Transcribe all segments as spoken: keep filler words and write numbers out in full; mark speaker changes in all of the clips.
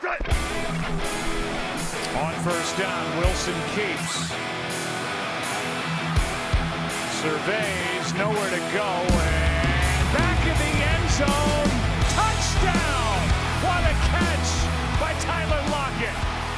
Speaker 1: On first down, Wilson keeps. Surveys, nowhere to go, and back in the end zone. Touchdown! What a catch by Tyler Lockett!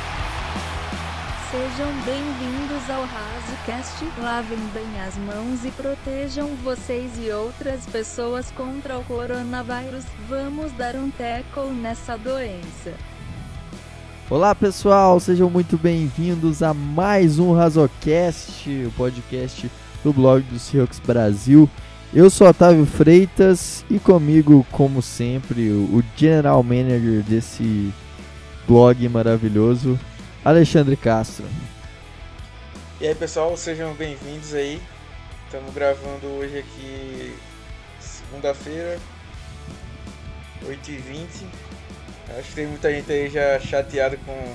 Speaker 2: Sejam bem-vindos ao RazoCast. Lavem bem as mãos e protejam vocês e outras pessoas contra o coronavírus. Vamos dar um tackle nessa doença.
Speaker 3: Olá pessoal, sejam muito bem-vindos a mais um RazoCast, o podcast do blog do Seahawks Brasil. Eu sou Otávio Freitas e comigo, como sempre, o General Manager desse blog maravilhoso, Alexandre Castro.
Speaker 4: E aí pessoal, sejam bem-vindos aí. Estamos gravando hoje aqui, segunda-feira, oito e vinte. Acho que tem muita gente aí já chateada com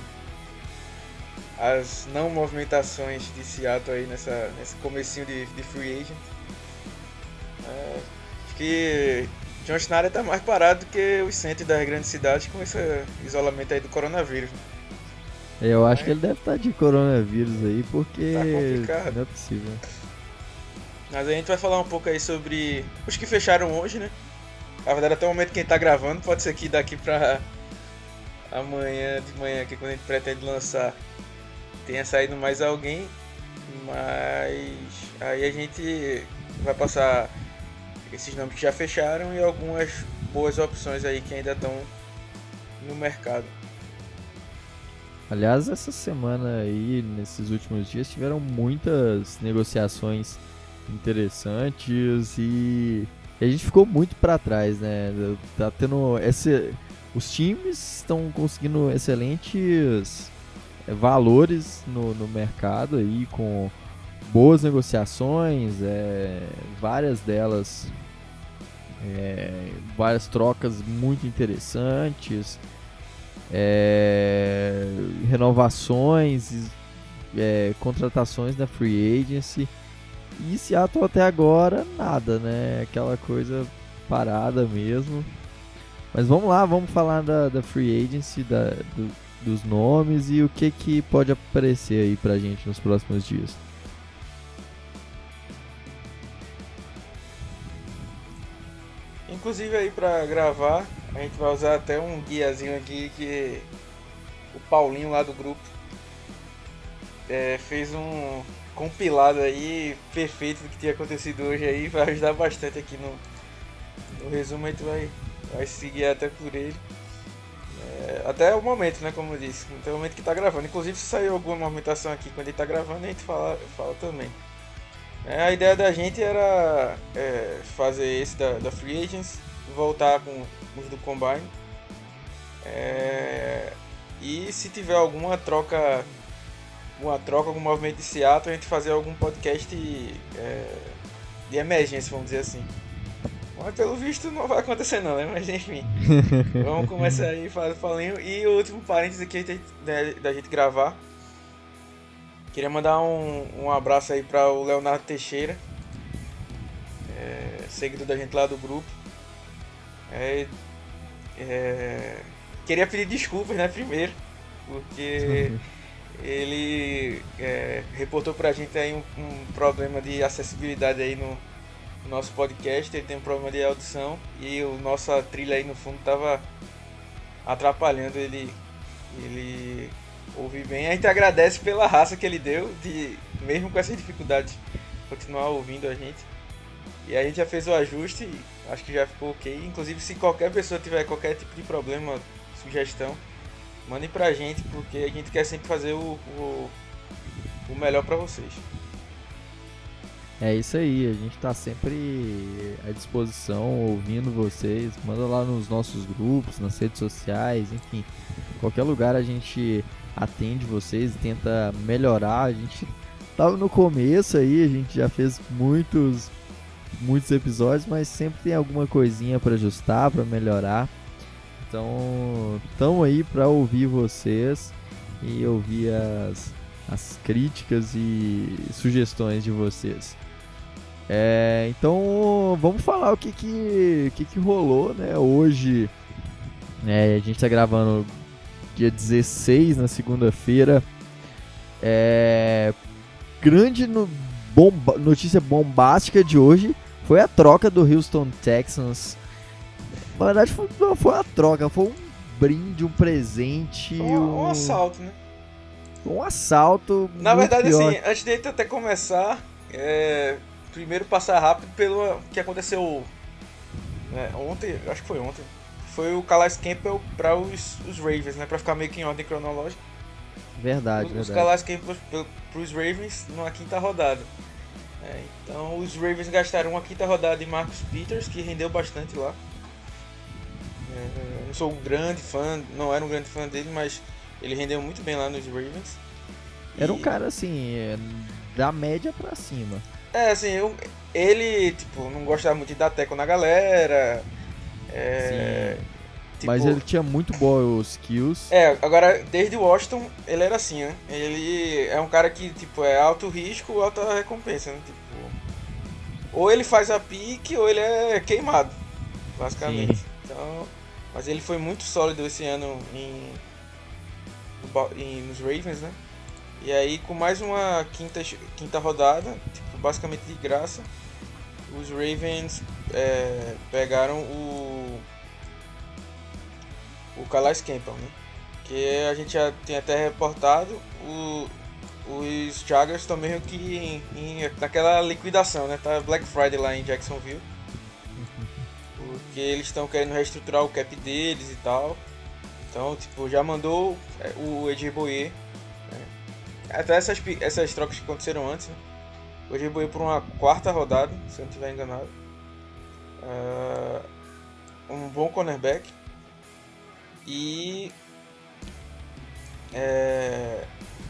Speaker 4: as não movimentações de Seattle aí nessa, nesse comecinho de, de free agent. É, acho que John Schneider está mais parado do que os centros das grandes cidades com esse isolamento aí do coronavírus.
Speaker 3: Eu acho que ele deve estar de coronavírus aí, porque
Speaker 4: tá complicado.
Speaker 3: Não é possível.
Speaker 4: Mas a gente vai falar um pouco aí sobre os que fecharam hoje, né? Na verdade, até o momento que a gente tá gravando, pode ser que daqui pra amanhã de manhã, que quando a gente pretende lançar, tenha saído mais alguém. Mas aí a gente vai passar esses nomes que já fecharam e algumas boas opções aí que ainda estão no mercado.
Speaker 3: Aliás, essa semana aí, nesses últimos dias, tiveram muias negociações interessantes e a gente ficou muito para trás, né? Tá tendo esse, os times estão conseguindo excelentes valores no, no mercado aí, com boas negociações, é, várias delas, é, várias trocas muito interessantes. É, renovações, é, contratações da Free Agency, e Seattle até agora nada, né? Aquela coisa parada mesmo. Mas vamos lá, vamos falar da, da Free Agency, da, do, dos nomes e o que, que pode aparecer aí pra gente nos próximos dias.
Speaker 4: Inclusive aí pra gravar, a gente vai usar até um guiazinho aqui que o Paulinho lá do grupo é, fez um compilado aí perfeito do que tinha acontecido hoje aí, vai ajudar bastante aqui no, no resumo. A gente vai, vai seguir até por ele. É, até o momento, né, como eu disse, até o momento que tá gravando. Inclusive se sair alguma movimentação aqui quando ele tá gravando, a gente fala, fala também. É, a ideia da gente era é, fazer esse da, da Free Agents, voltar com os do Combine, é, e se tiver alguma troca, alguma troca, algum movimento de Seattle, a gente fazer algum podcast é, de emergência, vamos dizer assim. Mas pelo visto não vai acontecer não, né? Mas enfim, vamos começar aí falando. E o último parênteses aqui da, da gente gravar. Queria mandar um, um abraço aí para o Leonardo Teixeira, é, seguidor da gente lá do grupo. É, é, queria pedir desculpas, né, primeiro, porque ele é, reportou pra gente aí um, um problema de acessibilidade aí no, no nosso podcast. Ele tem um problema de audição e o nossa trilha aí no fundo tava atrapalhando ele, ele ouvir bem. A gente agradece pela raça que ele deu, de, mesmo com essas dificuldades, continuar ouvindo a gente. E a gente já fez o ajuste, acho que já ficou ok. Inclusive, se qualquer pessoa tiver qualquer tipo de problema, sugestão, mandem pra gente, porque a gente quer sempre fazer o, o, o melhor pra vocês.
Speaker 3: É isso aí, a gente tá sempre à disposição, ouvindo vocês. Manda lá nos nossos grupos, nas redes sociais, enfim, qualquer lugar a gente atende vocês e tenta melhorar. A gente tava no começo aí, a gente já fez muitos muitos episódios, mas sempre tem alguma coisinha para ajustar, para melhorar. Então, estamos aí para ouvir vocês e ouvir as, as críticas e sugestões de vocês. É, então, vamos falar o que que, que, que rolou, né? Hoje, é, a gente está gravando dia dezesseis, na segunda-feira. É... Grande no... Bomba... notícia bombástica de hoje foi a troca do Houston Texans. Na verdade, foi... não foi uma troca, foi um brinde, um presente.
Speaker 4: Um, um... um assalto, né?
Speaker 3: Um assalto.
Speaker 4: Na verdade,
Speaker 3: pior.
Speaker 4: assim, antes de até começar, é... primeiro passar rápido pelo que aconteceu é, ontem, acho que foi ontem. Foi o Calais Campbell para os, os Ravens, né? Para ficar meio que em ordem cronológica.
Speaker 3: Verdade,
Speaker 4: os,
Speaker 3: verdade.
Speaker 4: Os Calais Campbell para os Ravens numa quinta rodada. É, então os Ravens gastaram uma quinta rodada de Marcus Peters, que rendeu bastante lá. É, não sou um grande fã, não era um grande fã dele, mas ele rendeu muito bem lá nos Ravens.
Speaker 3: Era
Speaker 4: e...
Speaker 3: um cara assim, da média pra cima.
Speaker 4: É, assim, eu, ele, tipo, não gostava muito de dar teco na galera. É,
Speaker 3: Sim.
Speaker 4: Tipo,
Speaker 3: mas ele tinha muito bons skills.
Speaker 4: É, agora, desde Washington, ele era assim, né? Ele é um cara que, tipo, é alto risco, alta recompensa, né? Tipo, ou ele faz a pique, ou ele é queimado, basicamente.
Speaker 3: Sim.
Speaker 4: Então, mas ele foi muito sólido esse ano em, em, nos Ravens, né? E aí, com mais uma quinta, quinta rodada, tipo, basicamente de graça, os Ravens é, pegaram o o Calais Campbell, né? Que a gente já tem até reportado, o, os Jaguars estão meio que em, em, naquela liquidação, né? Tá Black Friday lá em Jacksonville, porque eles estão querendo reestruturar o cap deles e tal. Então, tipo, já mandou o A J Bouye, né? Até essas, essas trocas que aconteceram antes, né? O A J Bouye por uma quarta rodada, se eu não estiver enganado. Uh, um bom cornerback. E é,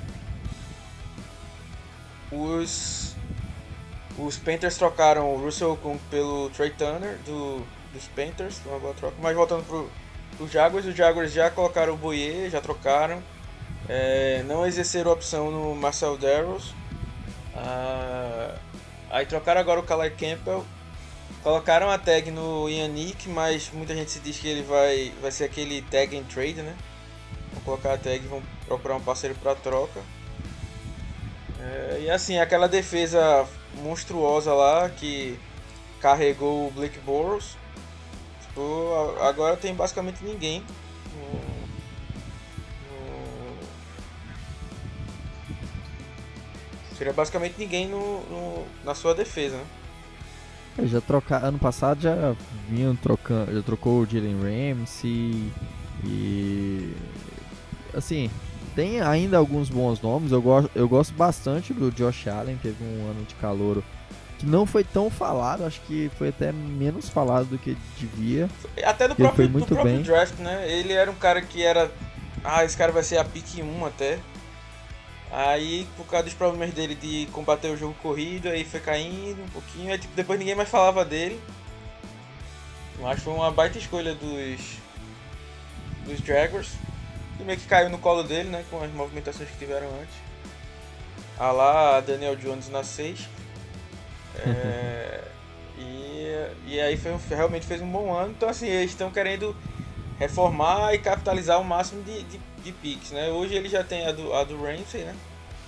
Speaker 4: os os Panthers trocaram o Russell Okung pelo Trey Turner do, dos Panthers, uma boa troca. Mas voltando pro, pro Jaguars, os Jaguars já colocaram o Bouye, já trocaram, é, não exerceram a opção no Marcel Darrows. Ah, aí trocaram agora o Calais Campbell. Colocaram a tag no Yannick, mas muita gente se diz que ele vai, vai ser aquele tag and trade, né? Vão colocar a tag e vão procurar um parceiro para troca. É, e assim, aquela defesa monstruosa lá que carregou o Blake Bortles, tipo, agora tem basicamente ninguém. No, no... Seria basicamente ninguém no, no, na sua defesa, né?
Speaker 3: Já troca... Ano passado já vinham trocando, já trocou o Jalen Ramsey e assim, tem ainda alguns bons nomes. Eu gosto, eu gosto bastante do Josh Allen, teve um ano de calouro que não foi tão falado, acho que foi até menos falado do que devia.
Speaker 4: Até do próprio,
Speaker 3: do
Speaker 4: próprio
Speaker 3: bem.
Speaker 4: draft, né? Ele era um cara que era, ah, esse cara vai ser a pick um até. Aí, por causa dos problemas dele de combater o jogo corrido, aí foi caindo um pouquinho, aí tipo, depois ninguém mais falava dele. Mas foi uma baita escolha dos dos Jaguars. E meio que caiu no colo dele, né, com as movimentações que tiveram antes. Ah lá, Daniel Jones na seis. É, e, e aí foi um, realmente fez um bom ano. Então assim, eles estão querendo reformar e capitalizar o máximo de, de, de picks, né? Hoje ele já tem a do, a do Ramsey, né?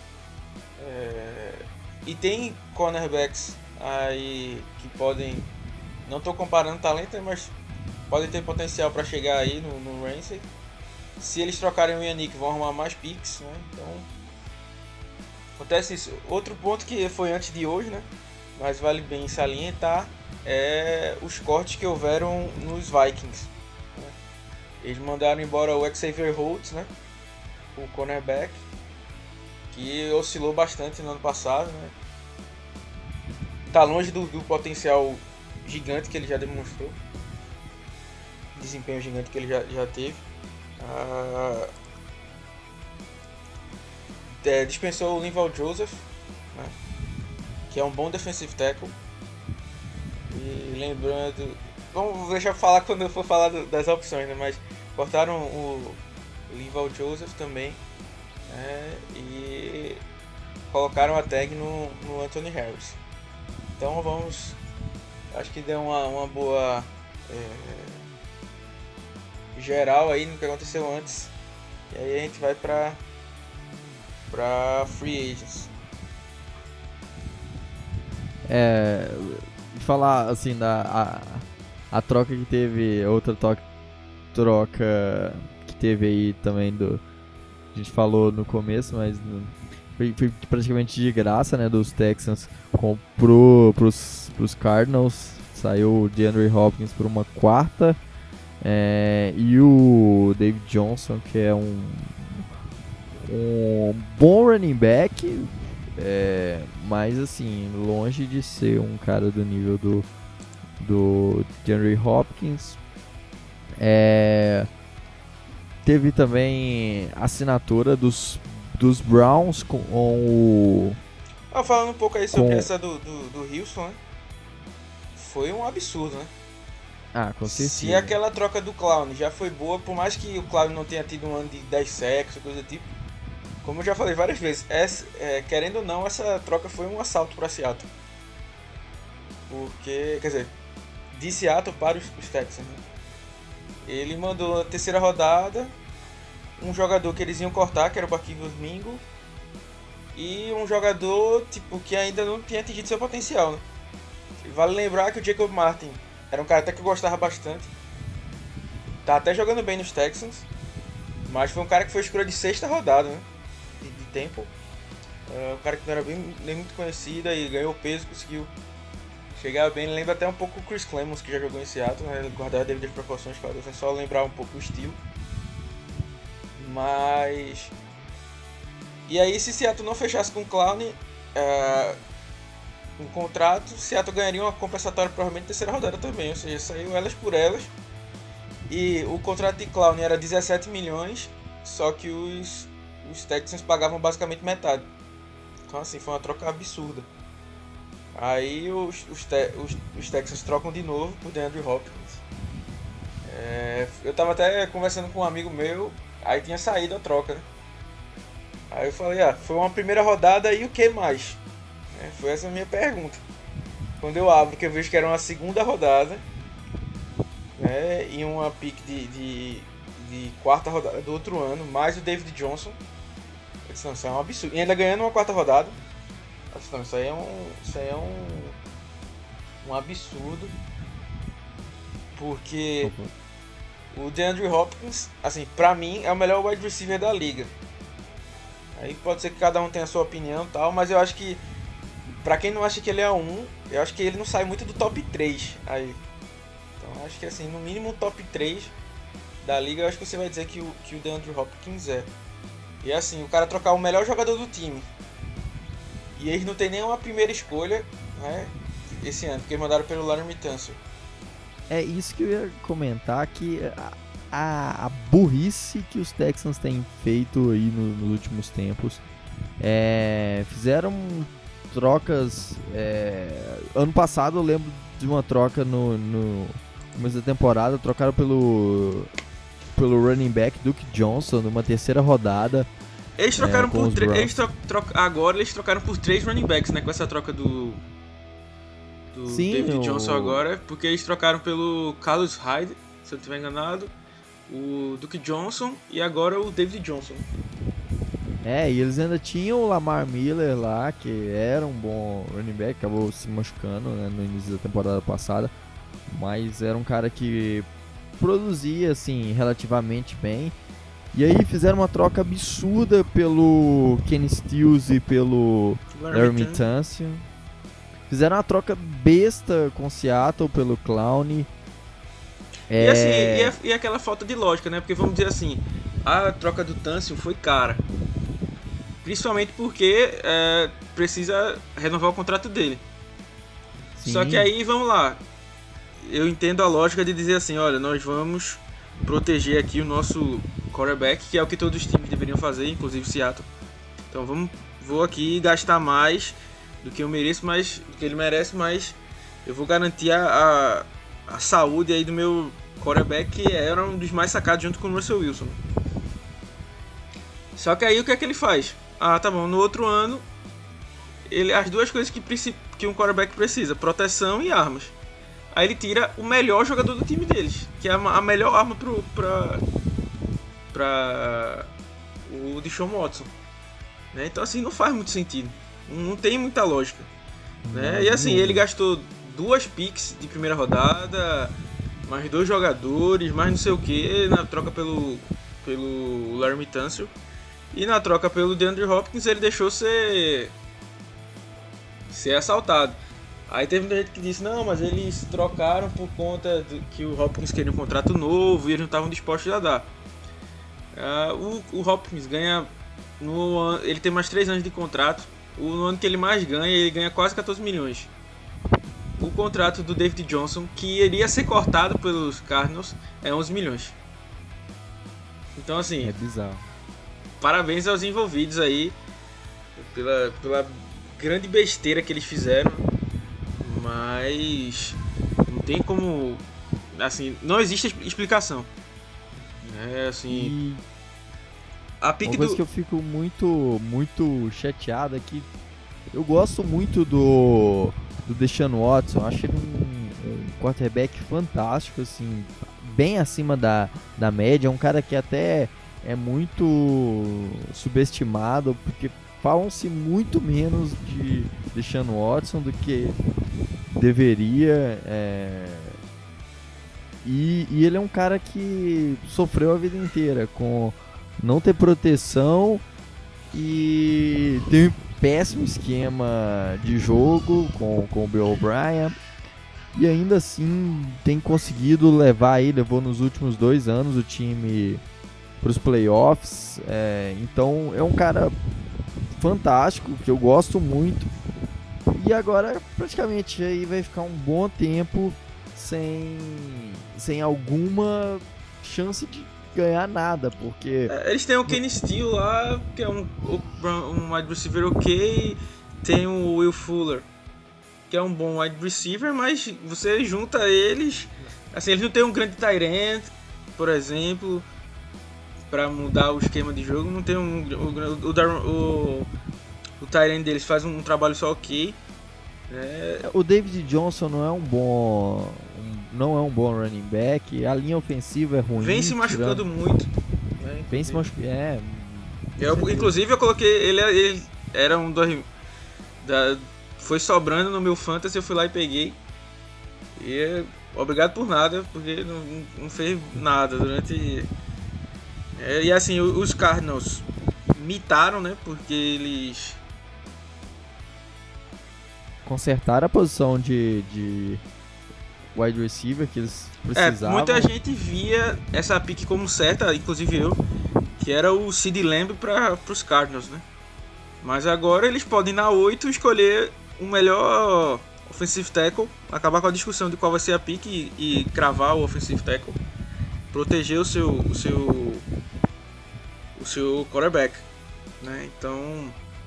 Speaker 4: É, e tem cornerbacks aí que podem, não estou comparando talento, mas podem ter potencial para chegar aí no, no Ramsey. Se eles trocarem o Yannick, vão arrumar mais picks, né? Então acontece isso. Outro ponto que foi antes de hoje, né? Mas vale bem salientar é os cortes que houveram nos Vikings. Né? Eles mandaram embora o Xavier Holtz, né? O cornerback, que oscilou bastante no ano passado, né? Tá longe do, do potencial gigante que ele já demonstrou, desempenho gigante que ele já, já teve. Ah, é, dispensou o Linval Joseph, né? Que é um bom defensive tackle. E lembrando, vamos deixar eu falar quando eu for falar do, das opções, né? Mas cortaram o Linval Joseph também, né? E colocaram a tag no, no Anthony Harris. Então vamos, acho que deu uma, uma boa é, geral aí no que aconteceu antes E aí a gente vai pra, pra Free Agents.
Speaker 3: É, falar assim da a, a troca que teve, outra to- troca que teve aí também do, a gente falou no começo, mas no, foi, foi praticamente de graça, né, dos Texans comprou pros, pros Cardinals, saiu o DeAndre Hopkins por uma quarta, é, e o David Johnson, que é um um bom running back. É, mas assim, longe de ser um cara do nível do, do DeAndre Hopkins. É, teve também a assinatura dos, dos Browns com o...
Speaker 4: Ah, falando um pouco aí sobre
Speaker 3: com...
Speaker 4: essa do, do, do Wilson, né? Foi um absurdo, né?
Speaker 3: Ah, com certeza.
Speaker 4: Se aquela troca do Clown já foi boa, por mais que o Clown não tenha tido um ano de dez sacks, coisa do tipo, como eu já falei várias vezes, essa, é, querendo ou não, essa troca foi um assalto para Seattle. Porque, quer dizer, de Seattle para os, os Texans. Né? Ele mandou na terceira rodada um jogador que eles iam cortar, que era o Barquinhos Mingo, e um jogador tipo que ainda não tinha atingido seu potencial. Né? Vale lembrar que o Jacob Martin era um cara até que eu gostava bastante. Tá até jogando bem nos Texans, mas foi um cara que foi escolha de sexta rodada, né? De, de tempo. Uh, um cara que não era bem, nem muito conhecido e ganhou peso, conseguiu chegar bem. Lembra até um pouco o Chris Clemons, que já jogou em Seattle, né? Ele guardava devido às proporções, claro, é só lembrar um pouco o estilo. Mas... E aí, se Seattle não fechasse com o Clown, uh, um contrato, Seattle ganharia uma compensatória provavelmente na terceira rodada também, ou seja, saiu elas por elas. E o contrato de Clown era dezessete milhões, só que os, os Texans pagavam basicamente metade. Então assim, foi uma troca absurda. Aí os, os, te, os, os Texans trocam de novo por DeAndre Hopkins. É, eu tava até conversando com um amigo meu, aí tinha saído a troca, né? Aí eu falei, ah, foi uma primeira rodada e o que mais? É, foi essa a minha pergunta. Quando eu abro, que eu vejo que era uma segunda rodada, né, e uma pick de, de, de quarta rodada do outro ano, mais o David Johnson. Eu disse, não, isso é um absurdo. E ainda ganhando uma quarta rodada. Eu disse, não, isso aí é um, isso aí é um, um absurdo. Porque uhum. o DeAndre Hopkins, assim, pra mim, é o melhor wide receiver da liga. Aí pode ser que cada um tenha a sua opinião e tal, mas eu acho que, pra quem não acha que ele é um, eu acho que ele não sai muito do top três aí. Então acho que assim, no mínimo o top três da liga, eu acho que você vai dizer que o, que o DeAndre Hopkins é. E assim, o cara trocar o melhor jogador do time. E eles não tem nenhuma primeira escolha, né, esse ano, porque mandaram pelo Laremy Tunsil.
Speaker 3: É isso que eu ia comentar, que a, a, a burrice que os Texans têm feito aí no, nos últimos tempos. É, fizeram trocas... É, ano passado eu lembro de uma troca no, no começo da temporada, trocaram pelo, pelo running back Duke Johnson numa terceira rodada.
Speaker 4: Eles trocaram
Speaker 3: é,
Speaker 4: por tre- eles tro- tro- agora eles trocaram por três running backs, né, com essa troca do, do
Speaker 3: Sim,
Speaker 4: David
Speaker 3: o...
Speaker 4: Johnson agora, porque eles trocaram pelo Carlos Hyde, se eu não estiver enganado, o Duke Johnson e agora o David Johnson.
Speaker 3: É, e eles ainda tinham o Lamar Miller lá, que era um bom running back, acabou se machucando, né, no início da temporada passada, mas era um cara que produzia assim relativamente bem. E aí fizeram uma troca absurda pelo Kenny Stills e pelo Laremy Tunsil. Fizeram uma troca besta com Seattle pelo Clown.
Speaker 4: É... E, assim, e, é, e aquela falta de lógica, né? Porque vamos dizer assim, a troca do Tunsil foi cara. Principalmente porque é, precisa renovar o contrato dele. Sim. Só que aí, vamos lá. Eu entendo a lógica de dizer assim, olha, nós vamos proteger aqui o nosso quarterback, que é o que todos os times deveriam fazer, inclusive o Seattle. Então vamos, vou aqui gastar mais do que eu mereço, mas do que ele merece, mas eu vou garantir a, a, a saúde aí do meu quarterback, que era um dos mais sacados junto com o Russell Wilson. Só que aí o que é que ele faz? Ah, tá bom, no outro ano, ele, as duas coisas que, que um quarterback precisa, proteção e armas. Aí ele tira o melhor jogador do time deles, que é a melhor arma pro, pra, pra, Deshaun Watson. Né? Então assim, não faz muito sentido. Não tem muita lógica. Né? E assim, ele gastou duas picks de primeira rodada, mais dois jogadores, mais não sei o que, na troca pelo, pelo Laremy Tunsil. E na troca pelo DeAndre Hopkins ele deixou ser, ser assaltado. Aí teve muita gente que disse, não, mas eles trocaram por conta de que o Hopkins queria um contrato novo e eles não estavam dispostos a dar. Uh, o, o Hopkins ganha, no, ele tem mais três anos de contrato. O, no ano que ele mais ganha, ele ganha quase catorze milhões. O contrato do David Johnson, que iria ser cortado pelos Cardinals, é onze milhões. Então assim,
Speaker 3: é bizarro.
Speaker 4: Parabéns aos envolvidos aí pela, pela grande besteira que eles fizeram, mas não tem como, assim, não existe explicação. É assim,
Speaker 3: e
Speaker 4: a pique
Speaker 3: uma coisa
Speaker 4: do...
Speaker 3: que eu fico muito, muito chateado é que eu gosto muito do, do Deshaun Watson, acho ele um, um quarterback fantástico, assim, bem acima da, da média, um cara que até é muito subestimado, porque falam-se muito menos de Deshaun Watson do que deveria. É... E, e ele é um cara que sofreu a vida inteira com não ter proteção e tem um péssimo esquema de jogo com, com o Bill O'Brien. E ainda assim tem conseguido levar aí, levou nos últimos dois anos o time para os playoffs, é, então é um cara fantástico, que eu gosto muito, e agora praticamente aí vai ficar um bom tempo sem, sem alguma chance de ganhar nada, porque...
Speaker 4: É, eles têm o Kenny Steele lá, que é um, um wide receiver ok, tem o Will Fuller, que é um bom wide receiver, mas você junta eles, assim, eles não têm um grande tight end, por exemplo, para mudar o esquema de jogo, não tem um, o, o, o, o tight end deles faz um, um trabalho só ok. É...
Speaker 3: O David Johnson não é um bom, um, não é um bom running back, a linha ofensiva é ruim.
Speaker 4: Vem se machucando
Speaker 3: tirando...
Speaker 4: muito. Né?
Speaker 3: Vem se machucando, é.
Speaker 4: Eu, inclusive eu coloquei, ele, ele era um dos, da, foi sobrando no meu fantasy, eu fui lá e peguei. E obrigado por nada, porque não, não fez nada durante... É, e assim, os Cardinals mitaram, né? Porque eles
Speaker 3: consertaram a posição de, de wide receiver que eles precisavam.
Speaker 4: É, muita gente via essa pick como certa, inclusive eu, que era o CeeDee Lamb para os Cardinals, né? Mas agora eles podem na oito escolher o melhor offensive tackle, acabar com a discussão de qual vai ser a pick e, e cravar o offensive tackle, proteger o seu o seu o seu quarterback, né? Então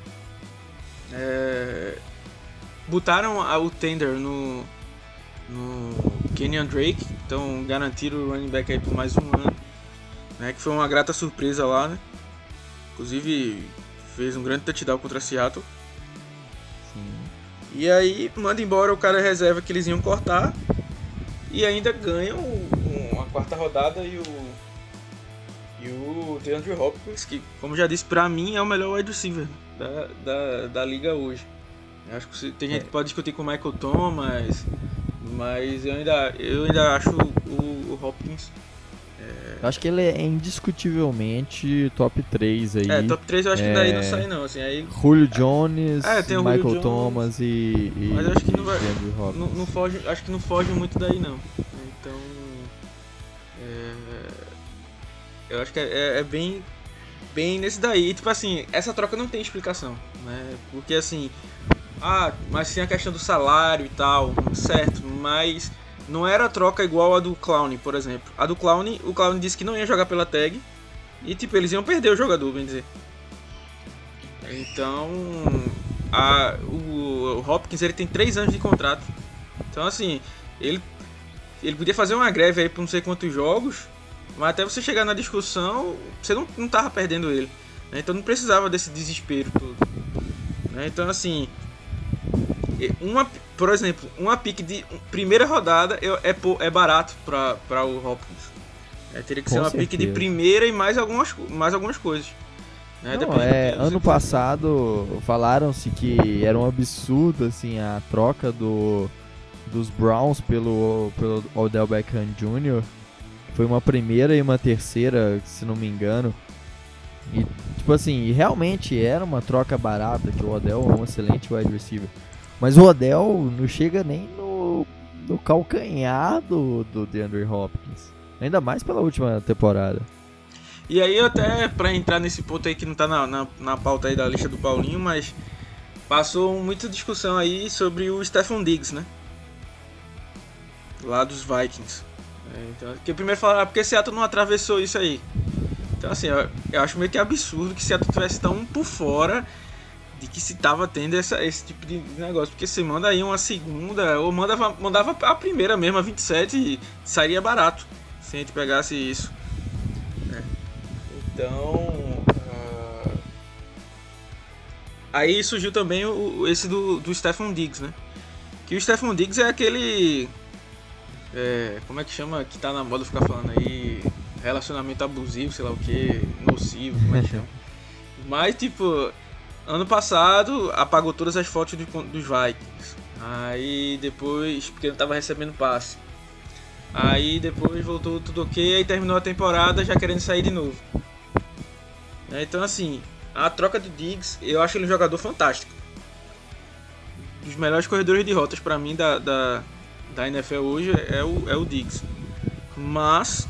Speaker 4: é, botaram a, o tender no no Kenyan Drake, então garantiram o running back aí por mais um ano, né? Que foi uma grata surpresa lá, né? Inclusive fez um grande touchdown contra Seattle.
Speaker 3: Sim.
Speaker 4: E aí manda embora o cara reserva que eles iam cortar e ainda ganham a quarta rodada e o e o DeAndre Hopkins, que, como já disse, pra mim é o melhor wide receiver da, da, da liga hoje. Eu acho que tem gente que pode discutir com o Michael Thomas, mas eu ainda, eu ainda acho o, o Hopkins... É...
Speaker 3: Eu acho que ele é indiscutivelmente top três aí.
Speaker 4: É, top três eu acho
Speaker 3: é...
Speaker 4: que daí não sai não. Assim, aí...
Speaker 3: Julio Jones,
Speaker 4: é, tem o
Speaker 3: Michael
Speaker 4: Julio
Speaker 3: Thomas
Speaker 4: Jones,
Speaker 3: e, e...
Speaker 4: Mas eu acho que não vai...
Speaker 3: Não,
Speaker 4: não foge, acho que não foge muito daí não. Então... É... Eu acho que é, é bem, bem nesse daí. Tipo assim, essa troca não tem explicação, né? Porque assim, ah, mas tem a questão do salário e tal, certo? Mas não era a troca igual a do Clowney, por exemplo. A do Clowney, o Clowney disse que não ia jogar pela tag e tipo, eles iam perder o jogador, bem dizer. Então, a, o, o Hopkins ele tem três anos de contrato. Então assim, ele, ele podia fazer uma greve aí por não sei quantos jogos. Mas até você chegar na discussão, você não, não tava perdendo ele, né? Então não precisava desse desespero todo, né? Então assim, uma, por exemplo, uma pick de primeira rodada é, é, é barato para o Hopkins. É, teria que
Speaker 3: Com
Speaker 4: ser uma
Speaker 3: certeza.
Speaker 4: pick de primeira e mais algumas, mais algumas coisas. Né?
Speaker 3: Não, é, ano passado falaram-se que era um absurdo assim, a troca do, dos Browns pelo, pelo Odell Beckham Júnior Foi uma primeira e uma terceira, se não me engano. E tipo assim, realmente era uma troca barata, que o Odell é um excelente wide receiver. Mas o Odell não chega nem no, no calcanhar do, do DeAndre Hopkins. Ainda mais pela última temporada.
Speaker 4: E aí até pra entrar nesse ponto aí que não tá na, na, na pauta aí da lista do Paulinho, mas passou muita discussão aí sobre o Stefon Diggs, né? Lá dos Vikings. É, então, que primeiro falaram, ah, porque Seattle não atravessou isso aí. Então assim, eu, eu acho meio que absurdo que Seattle tivesse tão por fora de que se tava tendo essa, esse tipo de negócio. Porque você manda aí uma segunda, ou mandava, mandava a primeira mesmo, a vinte e sete, e sairia barato se a gente pegasse isso. Então, uh... aí surgiu também o, esse do, do Stefon Diggs, né? Que o Stefon Diggs é aquele... É, como é que chama? Que tá na moda ficar falando aí... Relacionamento abusivo, sei lá o que, nocivo, como é que chama? Mas, tipo, ano passado apagou todas as fotos do, dos Vikings. Aí depois, porque ele tava recebendo passe. Aí depois voltou tudo ok, aí terminou a temporada já querendo sair de novo. Então assim, a troca do Diggs, eu acho ele um jogador fantástico. Um dos melhores corredores de rotas pra mim da, da, da N F L hoje é o, é o Diggs. Mas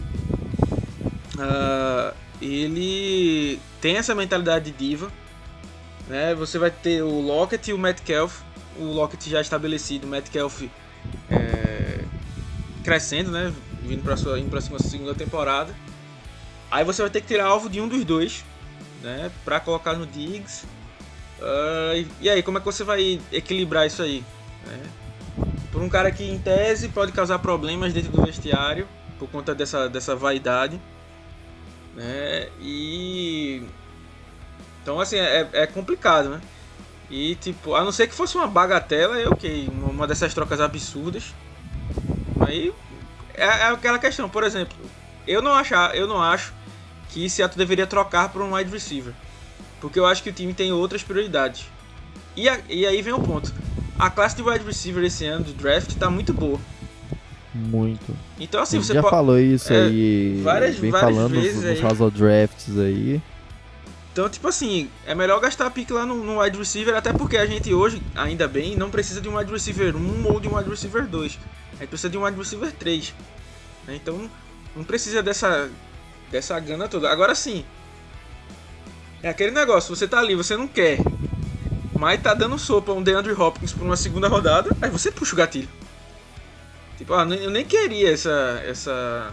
Speaker 4: uh, ele tem essa mentalidade de diva, né? Você vai ter o Lockett e o Metcalf. O Lockett já estabelecido, o Metcalf é, crescendo, né? Vindo pra sua, indo pra sua segunda temporada. Aí você vai ter que tirar alvo de um dos dois, né, para colocar no Diggs. Uh, e aí, como é que você vai equilibrar isso aí? Né? Por um cara que, em tese, pode causar problemas dentro do vestiário por conta dessa, dessa vaidade. Né? E... Então, assim, é, é complicado, né? E, tipo, a não ser que fosse uma bagatela, é ok, uma dessas trocas absurdas. Aí, é, é aquela questão, por exemplo, eu não, achar, eu não acho que Seattle deveria trocar por um wide receiver, porque eu acho que o time tem outras prioridades. E, a, e aí vem o ponto, a classe de wide receiver esse ano do draft tá muito boa.
Speaker 3: Muito.
Speaker 4: Então assim, você
Speaker 3: já
Speaker 4: pode,
Speaker 3: falou isso é, aí,
Speaker 4: várias,
Speaker 3: vem
Speaker 4: várias
Speaker 3: falando
Speaker 4: vezes
Speaker 3: nos Hazel Drafts aí.
Speaker 4: Então, tipo assim, é melhor gastar a pique lá no, no wide receiver, até porque a gente hoje, ainda bem, não precisa de um wide receiver um ou de um wide receiver dois. A gente precisa de um wide receiver três. Então, não precisa dessa, dessa gana toda. Agora sim, é aquele negócio, você tá ali, você não quer, mas tá dando sopa um DeAndre Hopkins por uma segunda rodada, aí você puxa o gatilho. Tipo, ah, eu nem queria essa... essa...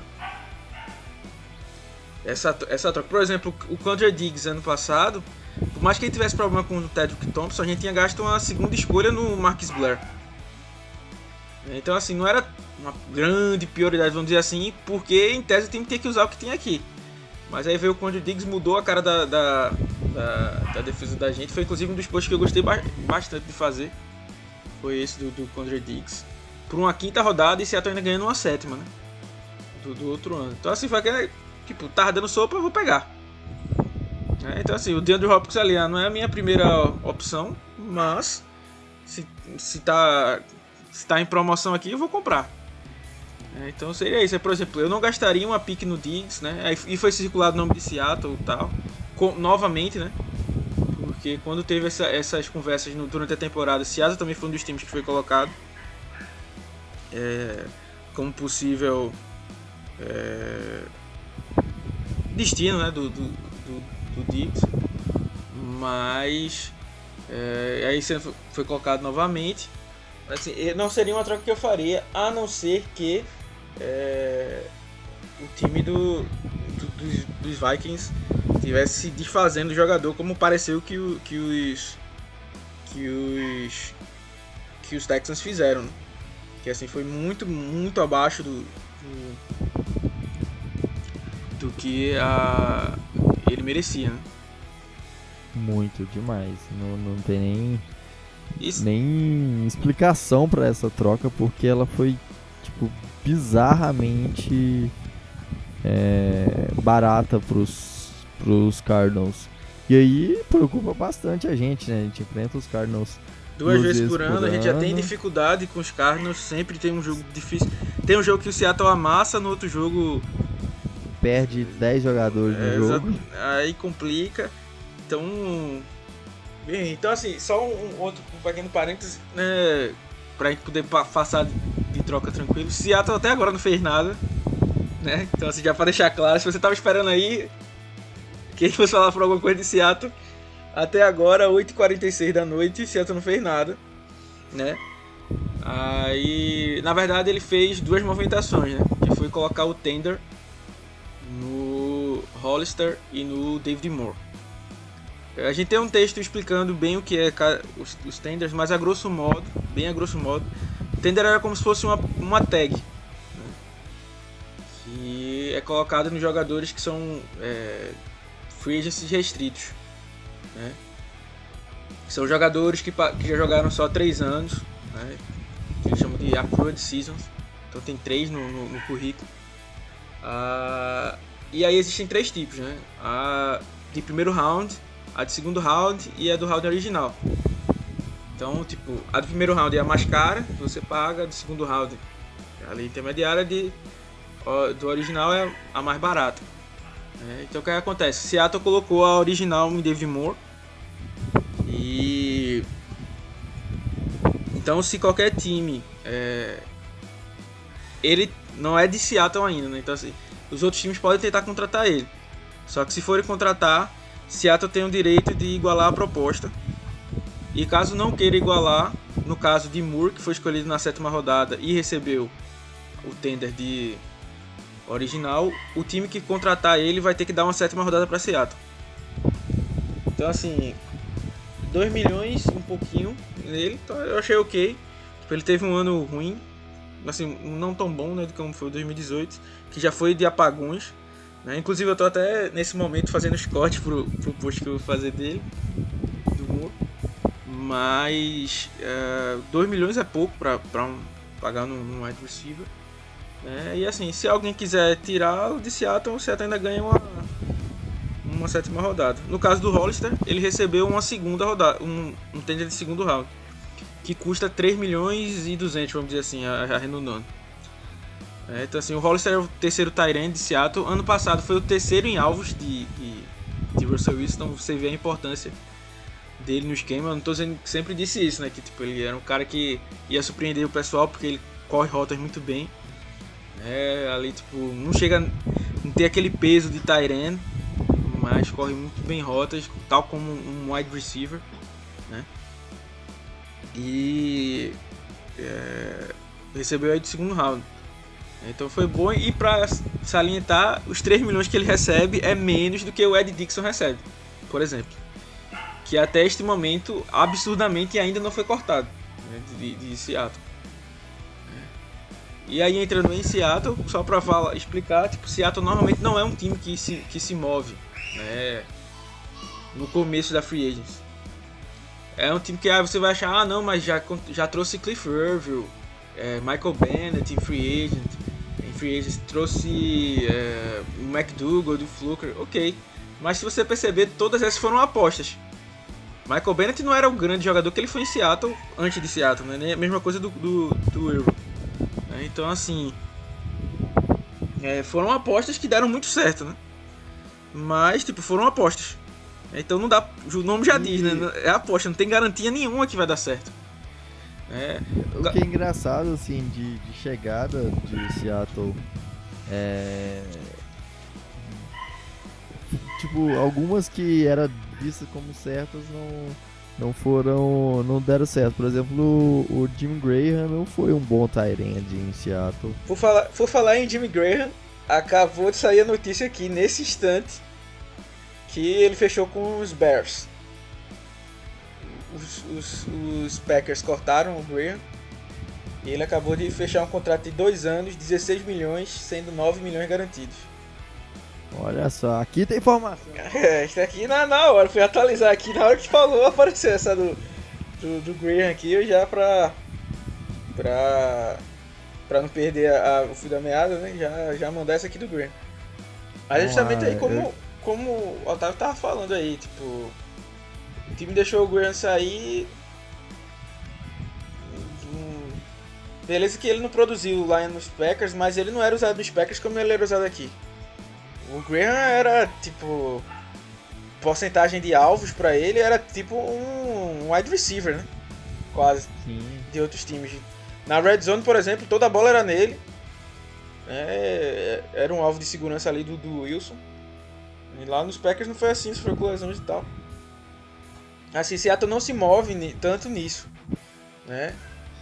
Speaker 4: Essa, essa troca. Por exemplo, o Quandre Diggs ano passado, por mais que ele tivesse problema com o Tedrick Thompson, a gente tinha gasto uma segunda escolha no Marcus Blair. Então assim, não era uma grande prioridade, vamos dizer assim, porque em tese o time tinha que usar o que tinha aqui. Mas aí veio o Quandre Diggs, mudou a cara da, da, da, da defesa da gente. Foi inclusive um dos posts que eu gostei ba- bastante de fazer. Foi esse do, do Quandre Diggs. Por uma quinta rodada e Seattle ainda ganhando uma sétima, né? Do, do outro ano. Então assim, foi aquele... Tipo, tava dando sopa, eu vou pegar. É, então assim, o DeAndre Hopkins ali não é a minha primeira opção, mas se, se, tá, se tá em promoção aqui, eu vou comprar. É, então seria isso. É, por exemplo, eu não gastaria uma pick no Diggs, né? E foi circulado o nome de Seattle e tal. Com, novamente, né? Porque quando teve essa, essas conversas no, durante a temporada, Seattle também foi um dos times que foi colocado é, como possível... É, destino, né, do, do, do, do Diggs, mas é, aí você foi colocado novamente. Assim, não seria uma troca que eu faria, a não ser que é, o time do, do, dos, dos Vikings estivesse se desfazendo do jogador, como pareceu que, o, que os que os que os Texans fizeram, né? Que assim foi muito muito abaixo do, do do que a, ele merecia, né?
Speaker 3: Muito, demais. Não, não tem nem,
Speaker 4: Isso.
Speaker 3: nem explicação pra essa troca, porque ela foi, tipo, bizarramente é, barata pros, pros Cardinals. E que aí preocupa bastante a gente, né? A gente enfrenta os Cardinals
Speaker 4: duas, duas vezes, vezes por ano, por a gente ano. já tem dificuldade com os Cardinals, sempre tem um jogo difícil. Tem um jogo que o Seattle amassa, no outro jogo
Speaker 3: perde dez jogadores no
Speaker 4: é,
Speaker 3: jogo.
Speaker 4: Aí complica. Então, bem, então assim, só um, um outro um pequeno parênteses, né, pra gente poder passar de, de troca tranquilo. Seattle até agora não fez nada, né? Então assim, já para deixar claro, se você tava esperando aí que a gente fosse falar por alguma coisa de Seattle, até agora, oito e quarenta e seis da noite, Seattle não fez nada, né? Aí, na verdade, ele fez duas movimentações, né? Que foi colocar o Tender no Hollister e no David Moore. A gente tem um texto explicando bem o que é os, os Tenders, mas a grosso modo, bem a grosso modo, o Tender era como se fosse uma, uma tag, né? Que é colocada nos jogadores que são é, free agents restritos, né? São jogadores que, que já jogaram só três anos, né? Que eles chamam de Accrued Seasons, então tem três no, no, no currículo. Ah, e aí existem três tipos, né? A de primeiro round, a de segundo round e a do round original. Então, tipo, a do primeiro round é a mais cara, que você paga, a do segundo round é a intermediária, de, do original é a mais barata. É, então o que acontece? Seattle colocou a original em David Moore. E então se qualquer time é... ele não é de Seattle ainda, né? Então assim, os outros times podem tentar contratar ele. Só que se forem contratar, Seattle tem o direito de igualar a proposta. E caso não queira igualar, no caso de Moore, que foi escolhido na sétima rodada e recebeu o tender de original, o time que contratar ele vai ter que dar uma sétima rodada para Seattle. Então assim, dois milhões, um pouquinho nele, então eu achei ok. Tipo, ele teve um ano ruim, assim, não tão bom, né, como foi o dois mil e dezoito, que já foi de apagões, né? Inclusive eu tô até nesse momento fazendo os cortes pro, pro post que eu vou fazer dele, do Moore. Mas é, dois milhões é pouco para um, pagar num, num wide receiver, né? E assim, se alguém quiser tirá-lo de Seattle, o Seattle ainda ganha uma uma sétima rodada. No caso do Hollister, ele recebeu uma segunda rodada, um, um tender de segundo round, que custa três milhões e duzentos, vamos dizer assim, arredondando. É, então assim, o Hollister é o terceiro tight end de Seattle. Ano passado foi o terceiro em alvos de, de, de Russell Wilson, então você vê a importância dele no esquema. Eu não tô dizendo que sempre disse isso, né, que tipo, ele era um cara que ia surpreender o pessoal, porque ele corre rotas muito bem. É, ali tipo, não chega a ter aquele peso de tight end, mas corre muito bem rotas, tal como um wide receiver, né? E é, recebeu aí do segundo round. Então foi bom, e para salientar, os três milhões que ele recebe é menos do que o Ed Dickson recebe, por exemplo, que até este momento absurdamente ainda não foi cortado, né, de, de Seattle. E aí, entrando em Seattle, só para falar, explicar, tipo, Seattle normalmente não é um time que se, que se move, né, no começo da free agency. É um time que ah, você vai achar, ah não, mas já, já trouxe Cliff Irville, é, Michael Bennett em free agent, em free agent trouxe é, o McDougal do Fluker, ok. Mas se você perceber, todas essas foram apostas. Michael Bennett não era o grande jogador que ele foi em Seattle, antes de Seattle, né? Nem a mesma coisa do, do, do Irville. Então assim, é, foram apostas que deram muito certo, né? Mas tipo, foram apostas. Então não dá, o nome já diz, né? É aposta, não tem garantia nenhuma que vai dar certo. É.
Speaker 3: O que é engraçado, assim, de, de chegada de Seattle, é... tipo, algumas que eram vistas como certas não, não foram, não deram certo. Por exemplo, o, o Jimmy Graham não foi um bom tight end em Seattle.
Speaker 4: Por falar, por falar em Jimmy Graham, acabou de sair a notícia aqui, nesse instante, que ele fechou com os Bears. Os, os, os Packers cortaram o Graham e ele acabou de fechar um contrato de dois anos, dezesseis milhões, sendo nove milhões garantidos.
Speaker 3: Olha só, aqui tem informação.
Speaker 4: É, isso aqui na, na hora, fui atualizar aqui, na hora que falou, apareceu essa do, do, do Graham aqui, eu já pra, pra, pra não perder a, a, o fio da meada, né, já, já mandar essa aqui do Graham. Mas justamente aí como... Eu... como o Otávio tava falando aí, tipo, o time deixou o Graham sair. Hum, beleza que ele não produziu lá nos Packers, mas ele não era usado nos Packers como ele era usado aqui. O Graham era, tipo, porcentagem de alvos pra ele era tipo um wide receiver, né? Quase.
Speaker 3: Sim.
Speaker 4: De outros times. Na Red Zone, por exemplo, toda a bola era nele. É, era um alvo de segurança ali do, do Wilson. E lá nos Packers não foi assim, sofreu com lesões e tal. Assim, Seattle não se move ni, tanto nisso, né?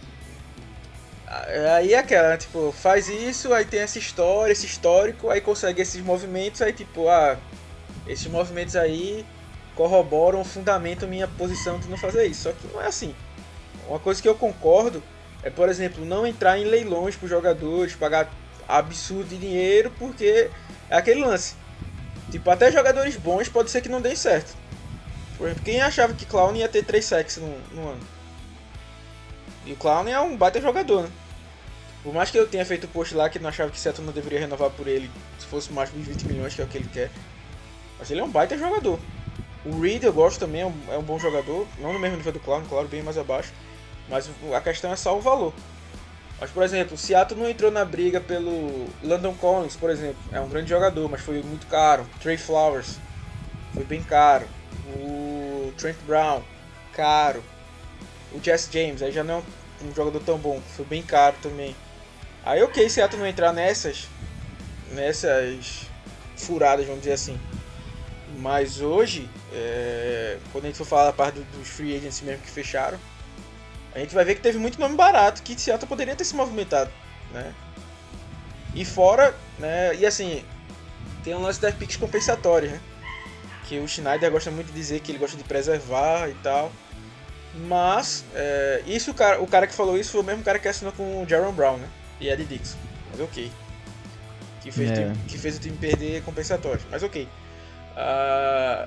Speaker 4: Aí é aquela, né? Tipo, faz isso, aí tem essa história, esse histórico, aí consegue esses movimentos, aí tipo, ah, esses movimentos aí corroboram, fundamentam minha posição de não fazer isso. Só que não é assim. Uma coisa que eu concordo é, por exemplo, não entrar em leilões para os jogadores, pagar absurdo de dinheiro, porque é aquele lance. Tipo, até jogadores bons pode ser que não deem certo. Por exemplo, quem achava que Clown ia ter três sacks no, no ano? E o Clown é um baita jogador, né? Por mais que eu tenha feito o post lá que não achava que Seattle não deveria renovar por ele se fosse mais de vinte milhões, que é o que ele quer. Mas ele é um baita jogador. O Reed eu gosto também, é um, é um bom jogador. Não no mesmo nível do Clown, claro, bem mais abaixo. Mas a questão é só o valor. Mas, por exemplo, o Seattle não entrou na briga pelo Landon Collins, por exemplo. É um grande jogador, mas foi muito caro. Trey Flowers, foi bem caro. O Trent Brown, caro. O Jesse James, aí já não é um jogador tão bom, foi bem caro também. Aí ok, Seattle não entrar nessas, nessas furadas, vamos dizer assim. Mas hoje, é, quando a gente for falar da parte dos free agents mesmo que fecharam, a gente vai ver que teve muito nome barato que Seattle poderia ter se movimentado, né? E fora, né? E assim, tem um lance das picks compensatórias, né? Que o Schneider gosta muito de dizer que ele gosta de preservar e tal. Mas, é, isso o cara, o cara que falou isso foi o mesmo cara que assinou com o Jaron Brown, né? E Eddie Dixon. Mas ok. Que fez, é. o, time, que fez o time perder compensatórios. Mas ok. Uh,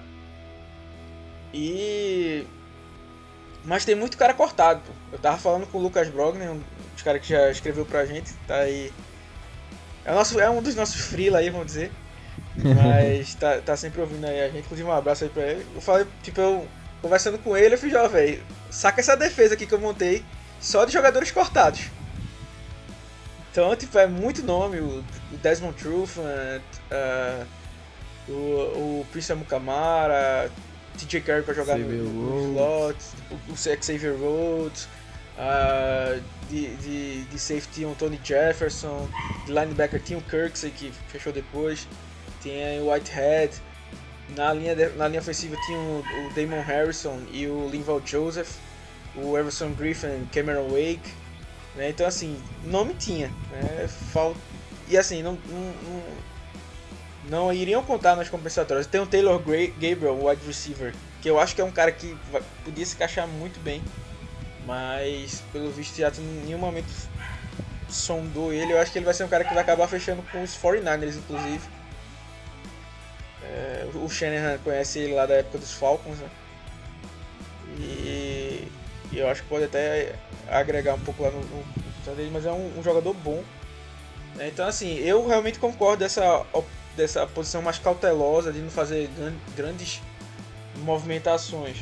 Speaker 4: e... Mas tem muito cara cortado, pô. Eu tava falando com o Lucas Brogner, um dos caras que já escreveu pra gente, tá aí. É, o nosso, é um dos nossos freela aí, vamos dizer. Mas tá, tá sempre ouvindo aí a gente, inclusive um abraço aí pra ele. Eu falei, tipo, eu conversando com ele, eu fiz, ó, velho, saca essa defesa aqui que eu montei só de jogadores cortados. Então, tipo, é muito nome, o, o Desmond Trufant, uh, o, o Prince Amukamara, T J Carey pra jogar no, no slot, o, o Xavier Rhodes, uh, de, de, de safety tinha o Tony Jefferson, de linebacker tinha o Kirksey que fechou depois, tinha o Whitehead, na linha, de, na linha ofensiva tinha o, o Damon Harrison e o Linval Joseph, o Everson Griffin, Cameron Wake, né? Então assim, nome tinha, né? Falta, e assim, não, não, não não iriam contar nas compensatórias. Tem o Taylor Gabriel, o wide receiver, que eu acho que é um cara que vai, podia se encaixar muito bem, mas pelo visto já em nenhum momento sondou ele. Eu acho que ele vai ser um cara que vai acabar fechando com os forty-niners, inclusive. É, o Shanahan conhece ele lá da época dos Falcons, né? E, e eu acho que pode até agregar um pouco lá no, no dele, mas é um, um jogador bom. Então assim, eu realmente concordo dessa dessa posição mais cautelosa de não fazer grandes movimentações,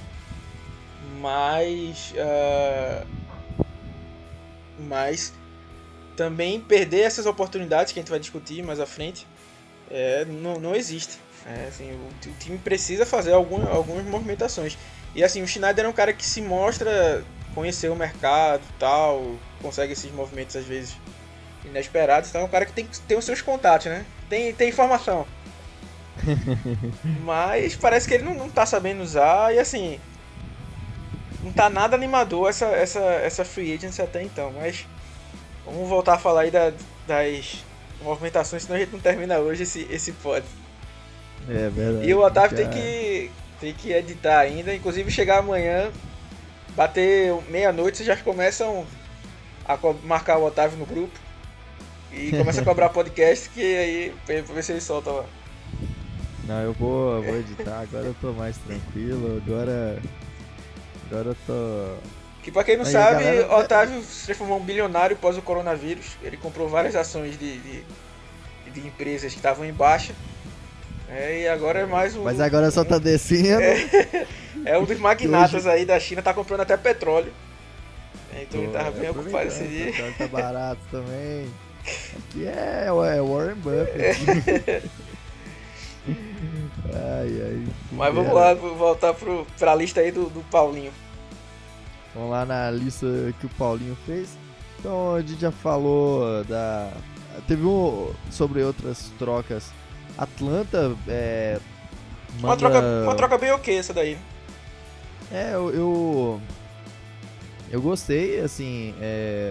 Speaker 4: mas uh, mas também perder essas oportunidades que a gente vai discutir mais à frente é, não, não existe. É, assim, o, o time precisa fazer algum, algumas movimentações. E assim, o Schneider é um cara que se mostra conhecer o mercado e tal, consegue esses movimentos às vezes inesperados, então é um cara que tem que ter os seus contatos, né? Tem, tem informação. Mas parece que ele não, não tá sabendo usar e assim, não tá nada animador essa, essa, essa free agency até então, mas vamos voltar a falar aí da, das movimentações, senão a gente não termina hoje esse, esse pod.
Speaker 3: É verdade.
Speaker 4: E o Otávio
Speaker 3: já...
Speaker 4: tem que, tem que editar ainda, inclusive chegar amanhã, bater meia-noite, vocês já começam a marcar o Otávio no grupo. E começa a cobrar podcast, que aí pra ver se ele solta lá.
Speaker 3: Não, eu vou, eu vou editar, agora eu tô mais tranquilo, agora. Agora eu tô.
Speaker 4: Que pra quem não aí, sabe, galera... o Otávio se transformou um bilionário pós o coronavírus. Ele comprou várias ações de, de, de empresas que estavam em baixa. É, e agora é mais um...
Speaker 3: Mas agora só tá descendo.
Speaker 4: É, é um dos magnatas aí da China, tá comprando até petróleo. Então ele tava bem ocupado esse dia.
Speaker 3: O petróleo tá barato também. Aqui é, é Warren Buffett. ai, ai.
Speaker 4: Mas vamos lá, voltar pro, pra lista aí do, do Paulinho.
Speaker 3: Vamos lá na lista que o Paulinho fez. Então a gente já falou da... Teve um sobre outras trocas. Atlanta é... Manda...
Speaker 4: Uma, troca, uma troca bem ok essa daí.
Speaker 3: É, eu... Eu, eu gostei, assim, é...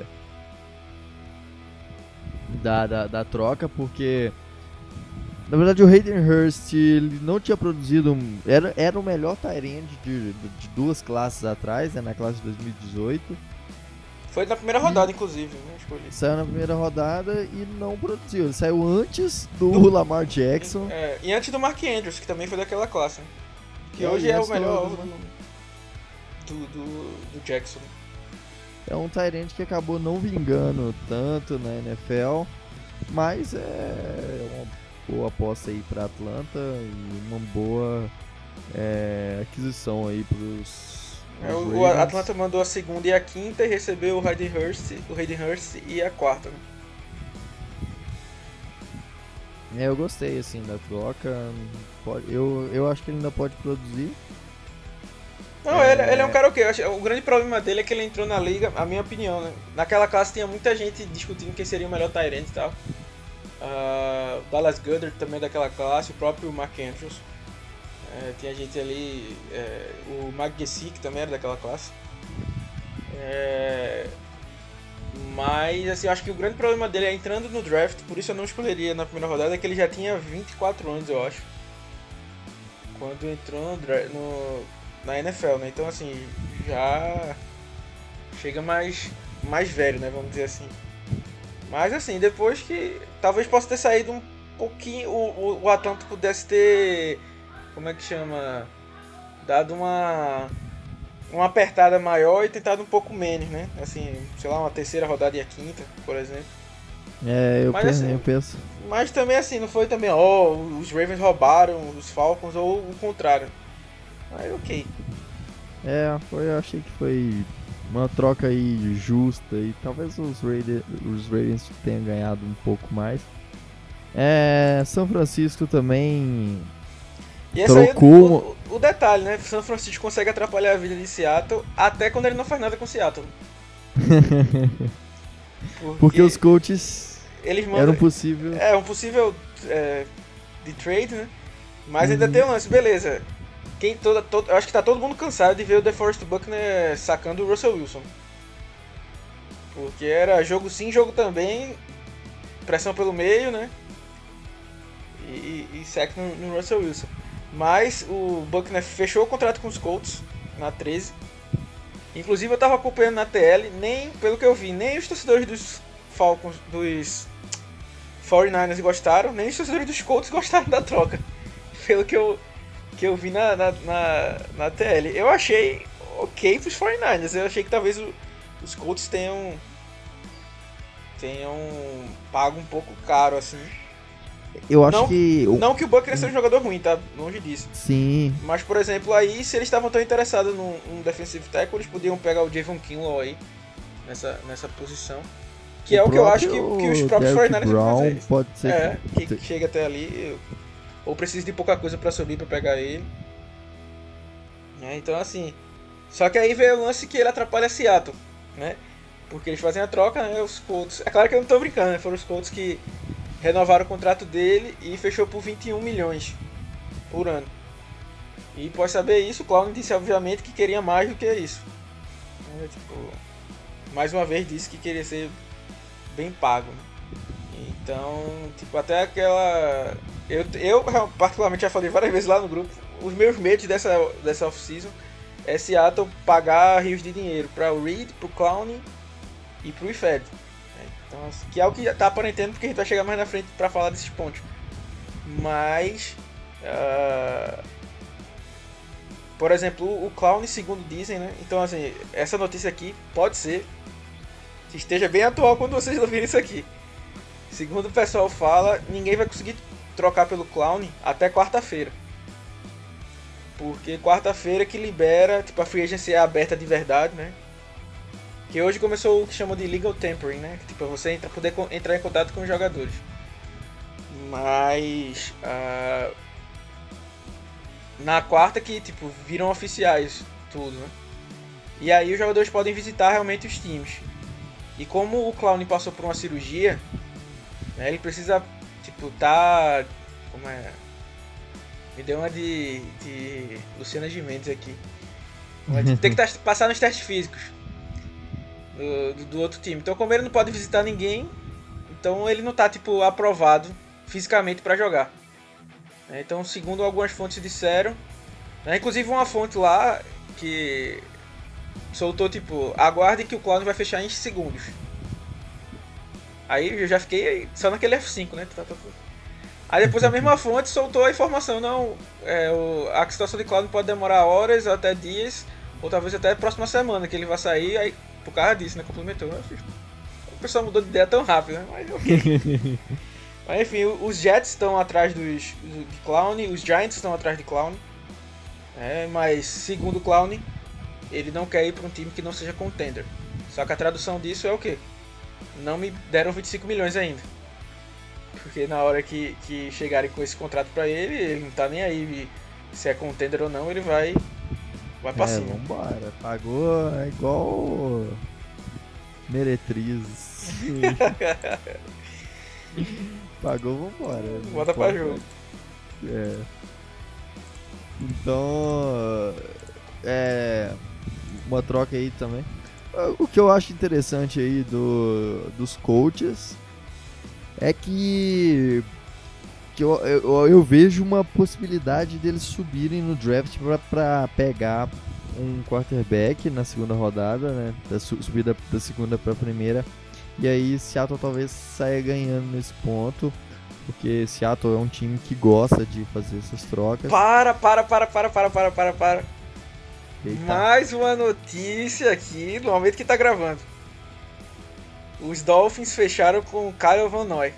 Speaker 3: Da, da, da troca, porque... Na verdade o Hayden Hurst, ele não tinha produzido... Um, era, era o melhor tight end de, de duas classes atrás, né, na classe de dois mil e dezoito.
Speaker 4: Foi na primeira rodada, e... inclusive, né? Escolhi.
Speaker 3: Saiu na primeira rodada e não produziu. Ele saiu antes do, do... Lamar Jackson.
Speaker 4: É, e antes do Mark Andrews, que também foi daquela classe. Né? Que
Speaker 3: é,
Speaker 4: hoje é o melhor
Speaker 3: do,
Speaker 4: do, do, do Jackson.
Speaker 3: É um tight end que acabou não vingando tanto na N F L, mas é uma boa aposta aí para Atlanta e uma boa é, aquisição aí pros...
Speaker 4: É, o, o Atlanta mandou a segunda e a quinta e recebeu o Hayden Hurst, o Hayden Hurst e a quarta. Né?
Speaker 3: É, eu gostei assim da troca. Pode, eu, eu acho que ele ainda pode produzir.
Speaker 4: Não, é... ele, ele é um cara ok. Eu acho, o grande problema dele é que ele entrou na liga, a minha opinião, né? Naquela classe tinha muita gente discutindo quem seria o melhor tight end e tal. Uh, Dallas Goedert também daquela classe, o próprio Mark Andrews. É, tinha gente ali, é, o Mike Gesicki também era daquela classe. É, mas assim, eu acho que o grande problema dele é entrando no draft, por isso eu não escolheria na primeira rodada, é que ele já tinha vinte e quatro anos, eu acho, quando entrou no, no, na N F L, né? Então assim, já chega mais, mais velho, né? Vamos dizer assim. Mas assim, depois que talvez possa ter saído um pouquinho, o, o, o Atlanta pudesse ter... Como é que chama? Dado uma uma apertada maior e tentado um pouco menos, né? Assim, sei lá, uma terceira rodada e a quinta, por exemplo.
Speaker 3: É, eu,
Speaker 4: mas,
Speaker 3: penso,
Speaker 4: assim,
Speaker 3: eu penso.
Speaker 4: Mas também assim, não foi também, ó, oh, os Ravens roubaram os Falcons ou o contrário. Aí, ok.
Speaker 3: É, foi, eu achei que foi uma troca aí justa e talvez os Ravens, os Ravens tenham ganhado um pouco mais. É, São Francisco também...
Speaker 4: E esse aí é o, o, o detalhe, né? São Francisco consegue atrapalhar a vida de Seattle até quando ele não faz nada com Seattle.
Speaker 3: Porque, Porque os coaches
Speaker 4: eles mandam,
Speaker 3: eram possível...
Speaker 4: É, um possível é, de trade, né? Mas uhum. ainda tem um lance, beleza. Quem toda, todo, eu acho que tá todo mundo cansado de ver o DeForest Buckner sacando o Russell Wilson. Porque era jogo sim, jogo também, pressão pelo meio, né? E, e, e sack no, no Russell Wilson. Mas o Buckner fechou o contrato com os Colts na treze. Inclusive eu tava acompanhando na T L, nem, pelo que eu vi, nem os torcedores dos Falcons, dos quarenta e nine ers gostaram, nem os torcedores dos Colts gostaram da troca. Pelo que eu, que eu vi na, na, na, na T L. Eu achei ok pros quarenta e nine ers, eu achei que talvez o, os Colts tenham, tenham pago um pouco caro, assim.
Speaker 3: Eu acho
Speaker 4: não,
Speaker 3: que...
Speaker 4: Não que o Buckner seja um jogador ruim, tá? Longe disso.
Speaker 3: Sim.
Speaker 4: Mas, por exemplo, aí, se eles estavam tão interessados num, num defensive tackle, eles podiam pegar o Javon Kinlaw aí, nessa, nessa posição. Que
Speaker 3: o
Speaker 4: é o que eu acho que, que os próprios quarenta e nine ers vão fazer.
Speaker 3: Pode ser
Speaker 4: é,
Speaker 3: que...
Speaker 4: que chega até ali, ou precisa de pouca coisa pra subir pra pegar ele. É, então, assim... Só que aí veio o lance que ele atrapalha Seattle, né? Porque eles fazem a troca, né? Os Colts... É claro que eu não tô brincando, né? Foram os Colts que... renovaram o contrato dele e fechou por vinte e um milhões por ano. E pode saber isso, o Clown disse obviamente que queria mais do que isso. É, tipo, mais uma vez disse que queria ser bem pago. Né? Então, tipo, até aquela... Eu, eu particularmente já falei várias vezes lá no grupo, os meus medos dessa, dessa off-season é Seattle pagar rios de dinheiro para o Reed, para o Clown e para o Ifed. Então, que é o que tá aparentando, porque a gente vai chegar mais na frente para falar desses pontos. Mas, uh, por exemplo, o Clown, segundo dizem, né? Então, assim, essa notícia aqui pode ser que esteja bem atual quando vocês ouvirem isso aqui. Segundo o pessoal fala, ninguém vai conseguir trocar pelo Clown até quarta-feira. Porque quarta-feira que libera, tipo, a free agency é aberta de verdade, né? Que hoje começou o que chamam de legal tampering, né? Que, tipo, você entra, poder entrar em contato com os jogadores. Mas uh, na quarta que, tipo, viram oficiais tudo, né? E aí os jogadores podem visitar realmente os times. E como o Clown passou por uma cirurgia, né, ele precisa, tipo, tá... Como é... Me deu uma de, de Luciana Gimenez aqui. Tem que tá, passar nos testes físicos do, do, do outro time. Então, como ele não pode visitar ninguém, então ele não tá, tipo, aprovado fisicamente para jogar. Então, segundo algumas fontes disseram, né, inclusive uma fonte lá que soltou, tipo, aguarde que o Clown vai fechar em segundos. Aí eu já fiquei só naquele F cinco, né? Aí depois a mesma fonte soltou a informação, não, é, o, a situação de Clown pode demorar horas ou até dias, ou talvez até a próxima semana que ele vai sair, aí por causa disso, né? Complementou. O pessoal mudou de ideia tão rápido, né? Mas ok. Mas enfim, os Jets estão atrás dos, do, de Clown, os Giants estão atrás de Clown. É, mas segundo o Clown, ele não quer ir para um time que não seja contender. Só que a tradução disso é o quê? Não me deram vinte e cinco milhões ainda. Porque na hora que, que chegarem com esse contrato para ele, ele não tá nem aí se é contender ou não, ele vai, vai pra
Speaker 3: é,
Speaker 4: cima.
Speaker 3: Vambora, pagou é igual Meretrizes. Pagou, vambora.
Speaker 4: Bota pra jogo.
Speaker 3: É. Então, é uma troca aí também. O que eu acho interessante aí do, dos coaches é que, que eu, eu, eu vejo uma possibilidade deles subirem no draft para pegar um quarterback na segunda rodada, né? Da subida da segunda para a primeira. E aí Seattle talvez saia ganhando nesse ponto, porque Seattle é um time que gosta de fazer essas trocas.
Speaker 4: Para, para, para, para, para, para, para, para.
Speaker 3: Eita.
Speaker 4: Mais uma notícia aqui no momento que tá gravando. Os Dolphins fecharam com o Kyle Van Noy.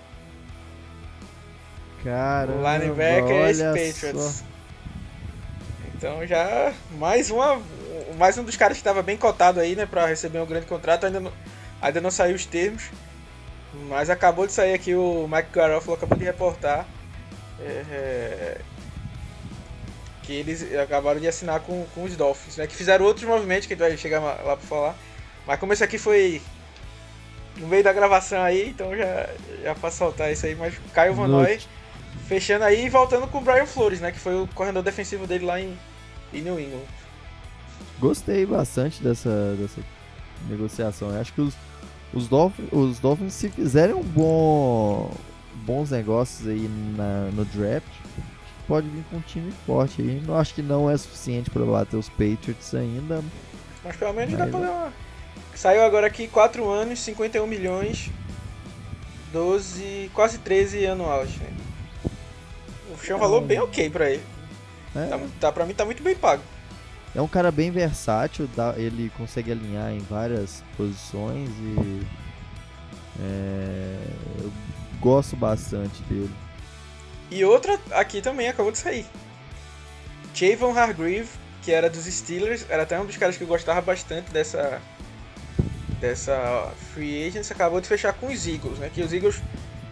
Speaker 3: Caramba,
Speaker 4: o linebacker ex-Patriots.
Speaker 3: Só.
Speaker 4: Então já mais uma, mais um dos caras que estava bem cotado aí, né, para receber um grande contrato. Ainda não, ainda não saiu os termos, mas acabou de sair aqui, o Mike Garofalo acabou de reportar é, é, que eles acabaram de assinar com, com os Dolphins, né, que fizeram outros movimentos que a gente vai chegar lá para falar. Mas como esse aqui foi no meio da gravação aí, então já, já para soltar isso aí, mas Kyle Van Noy fechando aí e voltando com o Brian Flores, né, que foi o corredor defensivo dele lá em, em New England.
Speaker 3: Gostei bastante dessa, dessa negociação. Eu acho que os, os, Dolphins, os Dolphins, se fizerem um bom, bons negócios aí na, no draft, pode vir com um time forte aí. Não acho que não é suficiente para bater os Patriots ainda.
Speaker 4: Mas pelo menos dá pra dar uma... Saiu agora aqui quatro anos, cinquenta e um milhões, doze, quase treze anuais. Né? Achei um valor bem ok pra ele.
Speaker 3: É.
Speaker 4: Tá, tá, pra mim tá muito bem pago.
Speaker 3: É um cara bem versátil, dá, ele consegue alinhar em várias posições e é, eu gosto bastante dele.
Speaker 4: E outra aqui também acabou de sair. Javon Hargrave, que era dos Steelers, era até um dos caras que eu gostava bastante dessa, dessa free agency, acabou de fechar com os Eagles, né? Que os Eagles,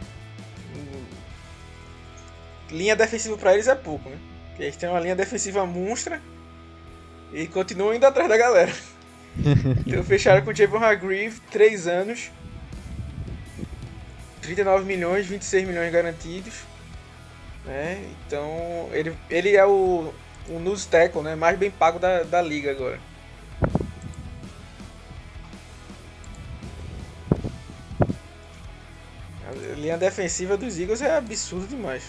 Speaker 4: linha defensiva pra eles é pouco, né? Porque eles têm uma linha defensiva monstra e continuam indo atrás da galera. Então fecharam com o Javon Hargrave, três anos, trinta e nove milhões, vinte e seis milhões garantidos. Né? Então ele, ele é o, o nose tackle, né? Mais bem pago da, da liga agora. A linha defensiva dos Eagles é absurdo demais.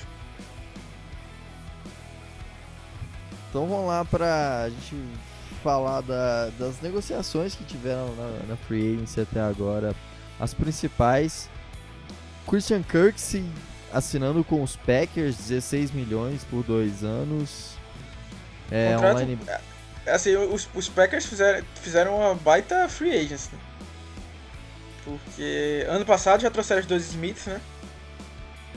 Speaker 3: Então vamos lá para a gente falar da, das negociações que tiveram na, na Free Agency até agora. As principais: Christian Kirksey assinando com os Packers, dezesseis milhões por dois anos. É,
Speaker 4: Contrato,
Speaker 3: online...
Speaker 4: assim, os, os Packers fizeram, fizeram uma baita Free Agency, né? Porque ano passado já trouxeram os dois Smiths, né?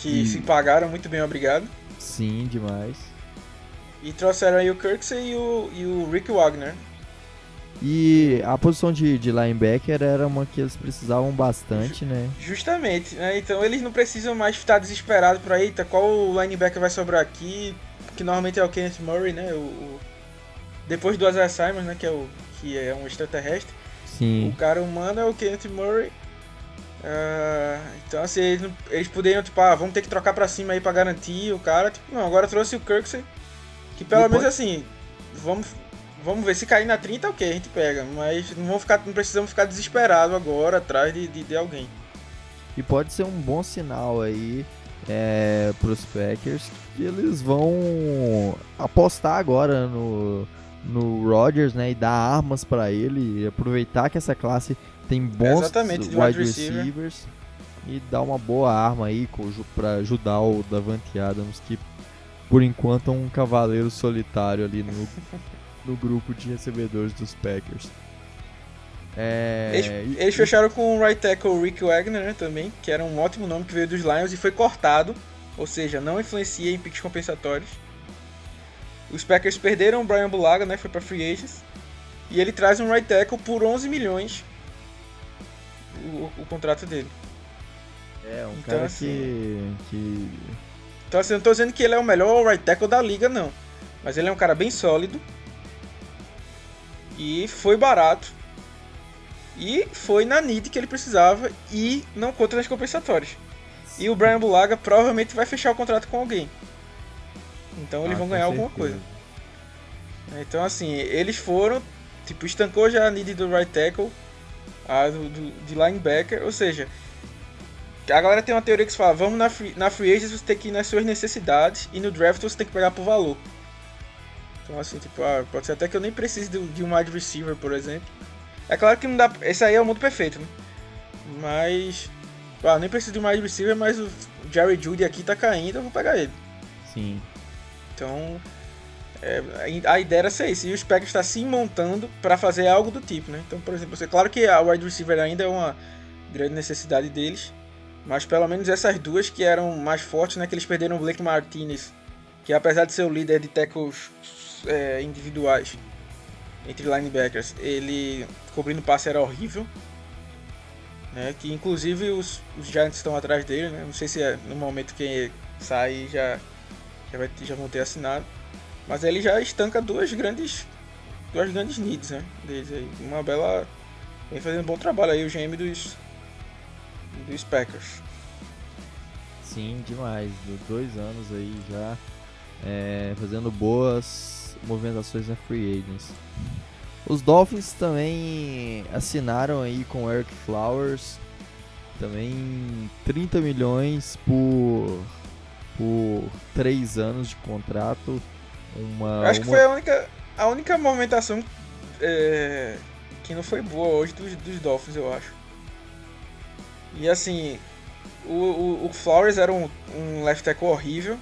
Speaker 4: que
Speaker 3: E-
Speaker 4: se pagaram muito bem, obrigado.
Speaker 3: Sim, demais.
Speaker 4: E trouxeram aí o Kirksey e o, e o Rick Wagner.
Speaker 3: E a posição de, de linebacker era uma que eles precisavam bastante, né?
Speaker 4: Justamente, né? Então eles não precisam mais estar desesperados pra, eita, qual linebacker vai sobrar aqui, que normalmente é o Kenneth Murray, né? O, o... Depois do Isaiah Simons, né? Que é, o... que é um extraterrestre.
Speaker 3: Sim.
Speaker 4: O cara humano é o Kenneth Murray. Ah, então assim, eles, não- eles poderiam, tipo, ah, vamos ter que trocar pra cima aí pra garantir o cara. Tipo, não, agora trouxe o Kirksey, que pelo
Speaker 3: Depois-
Speaker 4: menos assim, vamos, vamos ver, se cair na trinta, ok, a gente pega. Mas não, vamos ficar, não precisamos ficar desesperados agora atrás de, de, de alguém.
Speaker 3: E pode ser um bom sinal aí é, pros Packers que eles vão apostar agora no, no Rodgers, né? E dar armas pra ele, e aproveitar que essa classe tem bons
Speaker 4: Exatamente, de
Speaker 3: wide
Speaker 4: wide receiver.
Speaker 3: receivers e dar uma boa arma aí co- ju- pra ajudar o Davante Adams, que por enquanto é um cavaleiro solitário ali no, no grupo de recebedores dos Packers. É,
Speaker 4: Eles,
Speaker 3: e-
Speaker 4: eles
Speaker 3: e-
Speaker 4: fecharam com o right tackle Rick Wagner, né, também, que era um ótimo nome que veio dos Lions e foi cortado, ou seja, não influencia em picks compensatórios. Os Packers perderam o Brian Bulaga, né, foi para free agents, e ele traz um right tackle por onze milhões, o, o contrato dele.
Speaker 3: É, um
Speaker 4: Então,
Speaker 3: cara
Speaker 4: assim,
Speaker 3: que, que.
Speaker 4: Então assim, eu não tô dizendo que ele é o melhor right tackle da liga, não, mas ele é um cara bem sólido, e foi barato, e foi na need que ele precisava, e não conta nas compensatórias. E o Brian Bulaga provavelmente vai fechar o contrato com alguém. Então eles
Speaker 3: Ah,
Speaker 4: vão
Speaker 3: com
Speaker 4: ganhar alguma
Speaker 3: certeza.
Speaker 4: coisa. Então assim, eles foram, tipo, estancou já a need do right tackle, a do, do- de linebacker, ou seja, a galera tem uma teoria que se fala, vamos na free, na free agents você tem que ir nas suas necessidades, e no draft você tem que pegar por valor. Então assim, tipo, ah, pode ser até que eu nem precise de, de um wide receiver, por exemplo. É claro que não dá, esse aí é o mundo perfeito, né? Mas, ah, nem preciso de um wide receiver, mas o Jerry Jeudy aqui tá caindo, eu vou pegar ele.
Speaker 3: Sim.
Speaker 4: Então, é, a ideia era ser isso. E os Packers estão se montando para fazer algo do tipo, né? Então, por exemplo, você, claro que a wide receiver ainda é uma grande necessidade deles, mas pelo menos essas duas que eram mais fortes, né? Que eles perderam o Blake Martinez, que apesar de ser o líder de tackles é, individuais entre linebackers, ele cobrindo passe era horrível, né? Que inclusive os, os Giants estão atrás dele, né? Não sei se é no momento que sair já já, vai, já vão ter assinado, mas ele já estanca duas grandes duas grandes needs, né, deles aí. Uma bela, vem fazendo um bom trabalho aí o G M dos dos Packers.
Speaker 3: Sim, demais. Do- Dois anos aí já é, fazendo boas movimentações na Free Agents. Os Dolphins também assinaram aí com o Eric Flowers, também trinta milhões por, por três anos de contrato. Uma,
Speaker 4: Eu acho que
Speaker 3: uma-
Speaker 4: foi a única a única movimentação é, que não foi boa hoje dos, dos Dolphins, eu acho. E assim, o, o, o Flowers era um, um left tackle horrível.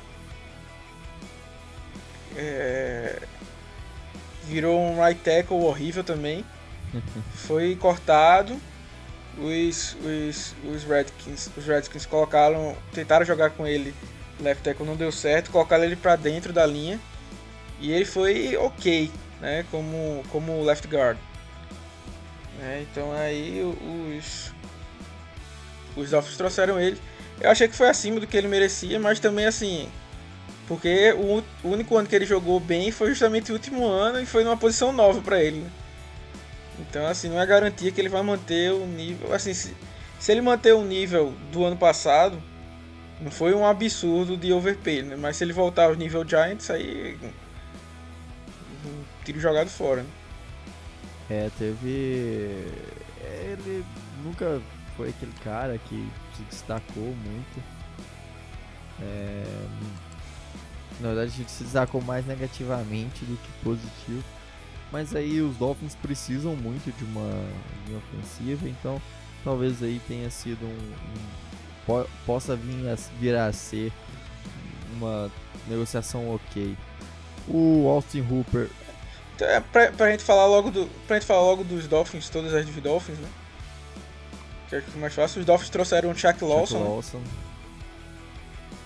Speaker 4: É, virou um right tackle horrível também. Foi cortado. Os, os, os, Redskins, os Redskins colocaram, tentaram jogar com ele left tackle, não deu certo, colocaram ele pra dentro da linha e ele foi ok, né, como, como left guard. Né, então aí os, os Dolphins trouxeram ele. Eu achei que foi acima do que ele merecia, mas também assim, porque o, o único ano que ele jogou bem foi justamente o último ano e foi numa posição nova pra ele, né? Então, assim, não é garantia que ele vai manter o nível. Assim, se, se ele manter o nível do ano passado, não foi um absurdo de overpay, né? Mas se ele voltar ao nível Giants, aí. Um tiro jogado fora, né?
Speaker 3: É, teve. Ele nunca foi aquele cara que se destacou muito. É... Na verdade, ele se destacou mais negativamente do que positivo. Mas aí os Dolphins precisam muito de uma, de uma ofensiva, então talvez aí tenha sido um, um po- possa vir a, vir a ser uma negociação ok. O Austin Hooper,
Speaker 4: Então, é pra, pra gente falar logo do. Pra gente falar logo dos Dolphins, todas as Dolphins, né? Que acho que é mais fácil. Os Dolphins trouxeram o Shaq
Speaker 3: Chuck
Speaker 4: Lawson, né?
Speaker 3: Lawson,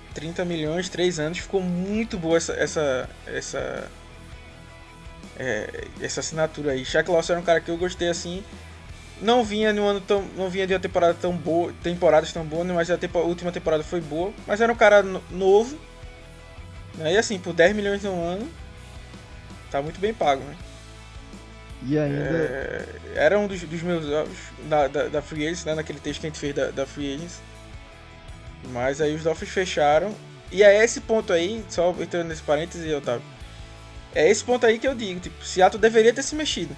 Speaker 4: trinta milhões, três anos. Ficou muito boa essa essa essa, é, essa assinatura aí. Shaq Lawson era um cara que eu gostei assim. Não vinha no ano tão, não vinha de uma temporada tão boa, temporadas tão boas, mas a, tempo, a última temporada foi boa. Mas era um cara no, novo, né? E assim, por dez milhões no ano, tá muito bem pago, né?
Speaker 3: E ainda...
Speaker 4: É, era um dos, dos meus jogos da, da, da Free Agents, né? Naquele texto que a gente fez da, da Free Agents. Mas aí os Dolphins fecharam. E é esse ponto aí, só entrando nesse parênteses, Otávio. É esse ponto aí que eu digo, tipo, Seattle deveria ter se mexido.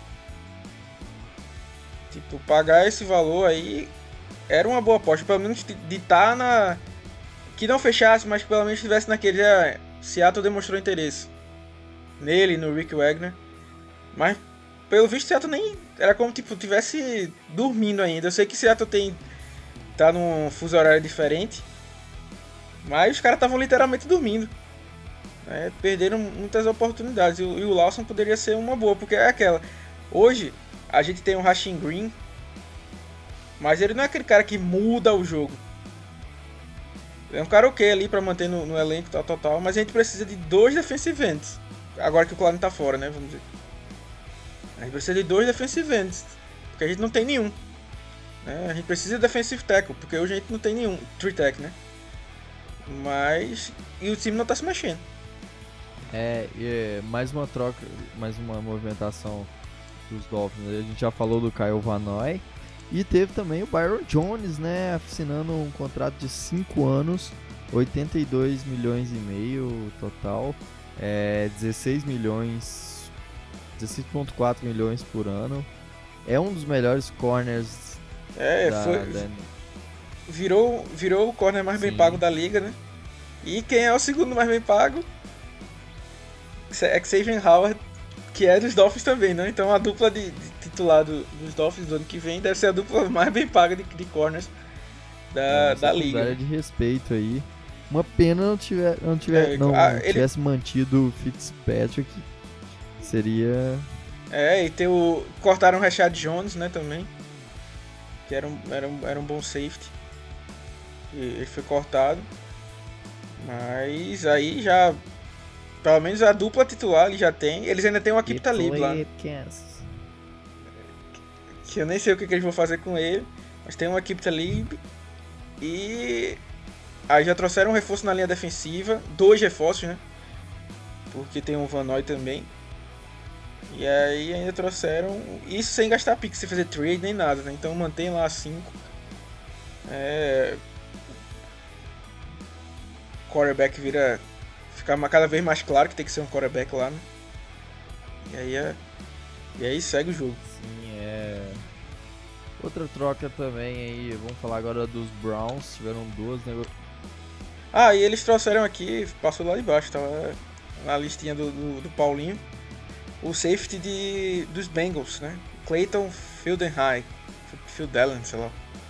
Speaker 4: Tipo, pagar esse valor aí era uma boa aposta. Pelo menos de estar na... Que não fechasse, mas que pelo menos estivesse naquele... Já, Seattle demonstrou interesse nele, no Rick Wagner. Mas, pelo visto, Seattle nem... Era como, tipo, tivesse dormindo ainda. Eu sei que Seattle tem... Tá num fuso horário diferente. Mas os caras estavam literalmente dormindo. Né? Perderam muitas oportunidades. E o, e o Lawson poderia ser uma boa, porque é aquela... Hoje... A gente tem um Rasheem Green, mas ele não é aquele cara que muda o jogo. É um cara ok ali pra manter no, no elenco tal, tal, tal, mas a gente precisa de dois defensive ends. Agora que o Clowney tá fora, né, vamos dizer. A gente precisa de dois defensive ends, porque a gente não tem nenhum. Né? A gente precisa de defensive tackle, porque hoje a gente não tem nenhum. Three tech, né? Mas... E o time não tá se mexendo.
Speaker 3: É, é mais uma troca, mais uma movimentação... dos Dolphins. A gente já falou do Kyle Van Noy e teve também o Byron Jones, né, assinando um contrato de cinco anos, oitenta e dois milhões e meio total, é, dezesseis milhões, dezesseis vírgula quatro milhões por ano. É um dos melhores corners.
Speaker 4: É,
Speaker 3: da,
Speaker 4: foi,
Speaker 3: da...
Speaker 4: virou, virou o corner mais Sim. bem pago da liga, né? E quem é o segundo mais bem pago? É Xavier Howard, que é dos Dolphins também, né? Então a dupla de, de titular do, dos Dolphins do ano que vem deve ser a dupla mais bem paga de, de corners da, é, da liga.
Speaker 3: Área de respeito aí. Uma pena não, tiver, não, tiver, é, não a, tivesse ele... mantido o Fitzpatrick. Seria...
Speaker 4: É, e tem o... cortaram o Rashad Jones, né, também. Que era um, era um, era um bom safety. E ele foi cortado. Mas aí já... Pelo menos a dupla titular ele já tem. Eles ainda tem o Aqib Talib lá. Que eu nem sei o que, que eles vão fazer com ele. Mas tem um Aqib Talib. E... Aí já trouxeram um reforço na linha defensiva. Dois reforços, né? Porque tem um Van Noy também. E aí ainda trouxeram... Isso sem gastar pique, sem fazer trade nem nada, né? Então mantém lá cinco. É... Quarterback vira... Ficar cada vez mais claro que tem que ser um quarterback lá, né? E aí, é... e aí segue o jogo.
Speaker 3: Sim, é... Outra troca também aí, vamos falar agora dos Browns, tiveram duas, né?
Speaker 4: Ah, e eles trouxeram aqui, passou lá de baixo, tava na listinha do, do, do Paulinho, o safety de, dos Bengals, né? Clayton Fieldenheim, Fieldelin, sei lá.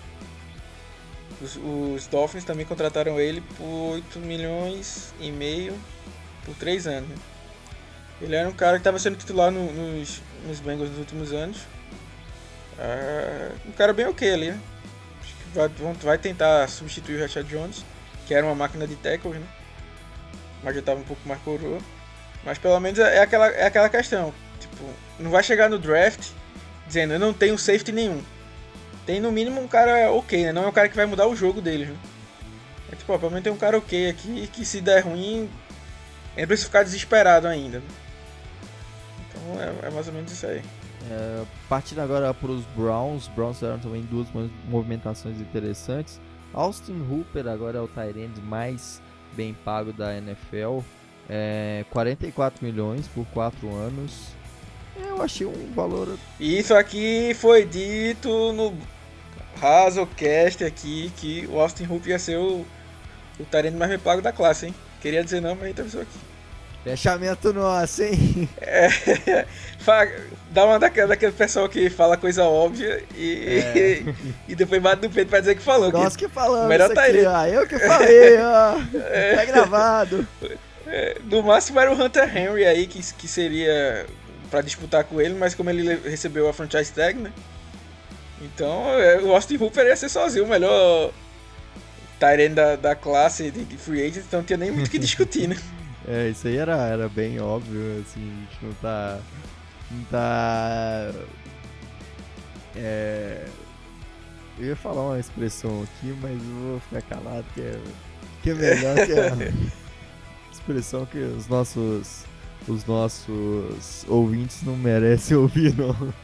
Speaker 4: Os, os Dolphins também contrataram ele por oito milhões e meio por três anos. Né? Ele era um cara que estava sendo titular no, nos, nos Bengals nos últimos anos. Uh, um cara bem ok ali, né? Acho que vai, vai tentar substituir o Rashad Jones, que era uma máquina de tackles, né? Mas já estava um pouco mais coroa. Mas pelo menos é aquela, é aquela questão. Tipo, não vai chegar no draft dizendo eu não tenho safety nenhum. Tem no mínimo um cara ok, né? Não é um cara que vai mudar o jogo deles, né? É tipo, ó, pelo menos tem um cara ok aqui que se der ruim, ele precisa ficar desesperado ainda. Né? Então é, é mais ou menos isso aí.
Speaker 3: É, partindo agora para os Browns, Browns fizeram também duas movimentações interessantes. Austin Hooper agora é o tight end mais bem pago da N F L, é, quarenta e quatro milhões por quatro anos. Eu achei um valor...
Speaker 4: Isso aqui foi dito no Razocast aqui, que o Austin Hooper ia ser o, o tight end mais bem pago da classe, hein? Queria dizer não, mas a gente avisou aqui.
Speaker 3: Fechamento nosso, hein?
Speaker 4: É, dá uma daquele, daquele pessoal que fala coisa óbvia e, é. e, e depois bate no peito pra dizer que falou.
Speaker 3: Nós que, que falamos
Speaker 4: melhor
Speaker 3: isso
Speaker 4: tá
Speaker 3: aqui, ó. Eu que falei, ó. É. Tá gravado.
Speaker 4: É, no máximo era o Hunter Henry aí, que, que seria pra disputar com ele, mas como ele recebeu a franchise tag, né? Então é, o Austin Hooper ia ser sozinho o melhor Tyrene da, da classe de free agent, então não tinha nem muito o que discutir, né?
Speaker 3: É, isso aí era, era bem óbvio, assim, a gente não tá... Não tá... É... Eu ia falar uma expressão aqui, mas eu vou ficar calado, que é, que é melhor que a expressão que os nossos, os nossos ouvintes não merecem ouvir, não.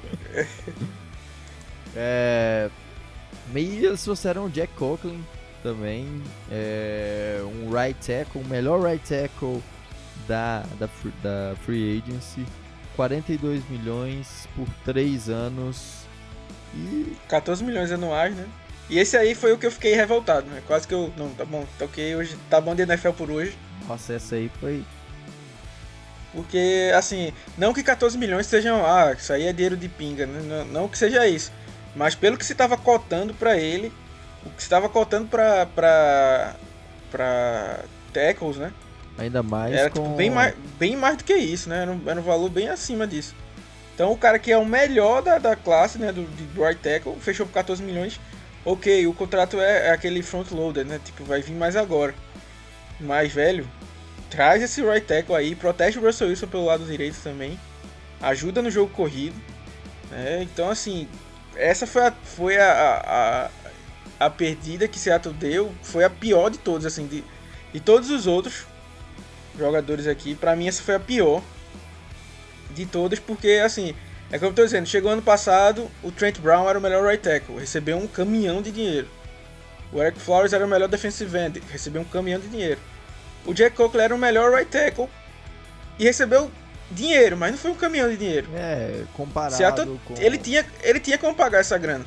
Speaker 3: É... Meio eles trouxeram o Jack Conklin também, é... um right tackle, o melhor right tackle da, da, da Free Agency, quarenta e dois milhões por três anos. E
Speaker 4: quatorze milhões anuais, né? E esse aí foi o que eu fiquei revoltado, né? Quase que eu... Não, tá bom, tá ok, hoje, tá bom de N F L por hoje.
Speaker 3: Nossa, essa aí foi...
Speaker 4: Porque, assim, não que quatorze milhões sejam... Ah, isso aí é dinheiro de pinga, né? Não, não que seja isso. Mas pelo que se tava cotando pra ele, o que se tava cotando pra... pra... pra tackles, né?
Speaker 3: Ainda mais
Speaker 4: Era
Speaker 3: com...
Speaker 4: tipo, bem, mais, bem mais do que isso, né? Era um, era um valor bem acima disso. Então o cara que é o melhor da, da classe, né, do, de right tackle, fechou por quatorze milhões. Ok, o contrato é, é aquele front loader, né, tipo, vai vir mais agora. Mas, velho, traz esse right tackle aí, protege o Russell Wilson pelo lado direito também. Ajuda no jogo corrido. Né? Então, assim, essa foi a, foi a, a, a perdida que Seattle deu. Foi a pior de todos, assim, de, de todos os outros jogadores aqui. Pra mim, essa foi a pior de todas, porque, assim, é como eu tô dizendo, chegou ano passado, o Trent Brown era o melhor right tackle, recebeu um caminhão de dinheiro. O Eric Flowers era o melhor defensive end, recebeu um caminhão de dinheiro. O Jack Conklin era o melhor right tackle e recebeu dinheiro, mas não foi um caminhão de dinheiro.
Speaker 3: É, comparado
Speaker 4: Seattle,
Speaker 3: com...
Speaker 4: ele tinha, ele tinha como pagar essa grana.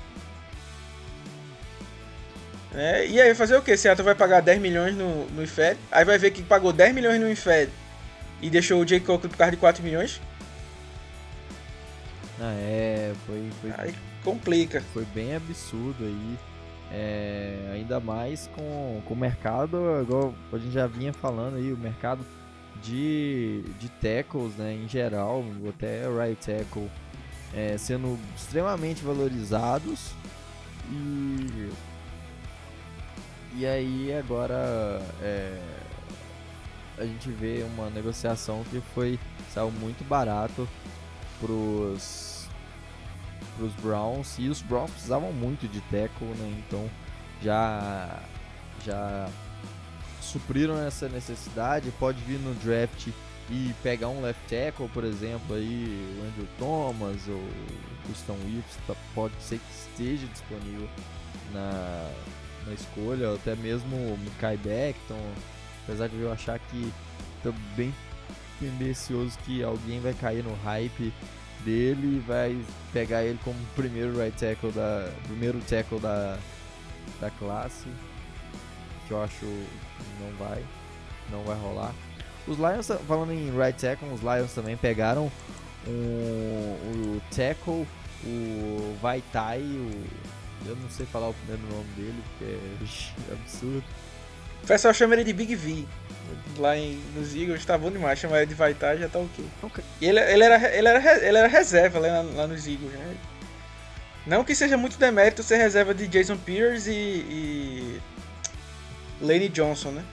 Speaker 4: É, e aí vai fazer o que? Seattle vai pagar dez milhões no, no I F E D, aí vai ver que pagou dez milhões no I F E D e deixou o Jack Conklin por causa de quatro milhões.
Speaker 3: Ah, é, foi, foi,
Speaker 4: Aí complica.
Speaker 3: foi bem absurdo aí, é, ainda mais com, com o mercado, igual a gente já vinha falando aí, o mercado de, de tackles, né, em geral, até right tackle, é, sendo extremamente valorizados, e, e aí agora é, a gente vê uma negociação que foi, saiu muito barato pros pros Browns, e os Browns precisavam muito de tackle, né? Então já já supriram essa necessidade. Pode vir no draft e pegar um left tackle, por exemplo, aí o Andrew Thomas ou o Christian Wilkes, pode ser que esteja disponível na, na escolha, ou até mesmo o Mekhi Becton, apesar de eu achar que tô bem tendencioso que alguém vai cair no hype dele e vai pegar ele como primeiro right tackle da primeiro tackle da, da classe, que eu acho que não vai não vai rolar. Os Lions, falando em right tackle, os Lions também pegaram um, o tackle, o Vaitai, o, eu não sei falar o primeiro nome dele porque é absurdo.
Speaker 4: O pessoal chama ele de Big V. Lá em, nos Eagles tá bom demais, chamar ele de Vaitai já tá ok. okay. E ele, ele, era, ele, era, ele era reserva lá, lá nos Eagles, né? Não que seja muito demérito ser reserva de Jason Pierce e, e Lane Johnson, né?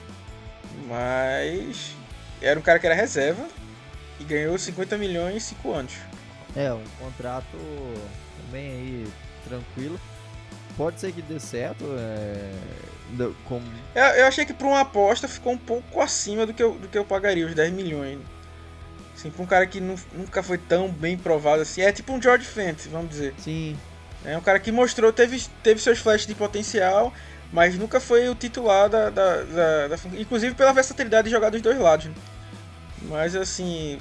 Speaker 4: Mas era um cara que era reserva e ganhou cinquenta milhões em cinco anos.
Speaker 3: É, um contrato também aí tranquilo. Pode ser que dê certo, é... Como...
Speaker 4: Eu, eu achei que por uma aposta ficou um pouco acima do que eu, do que eu pagaria, os dez milhões. Assim, pra um cara que nu, nunca foi tão bem provado assim. É tipo um George Fent, vamos dizer.
Speaker 3: Sim.
Speaker 4: É um cara que mostrou, teve, teve seus flashes de potencial, mas nunca foi o titular da, da, da, da... Inclusive pela versatilidade de jogar dos dois lados. Né? Mas assim...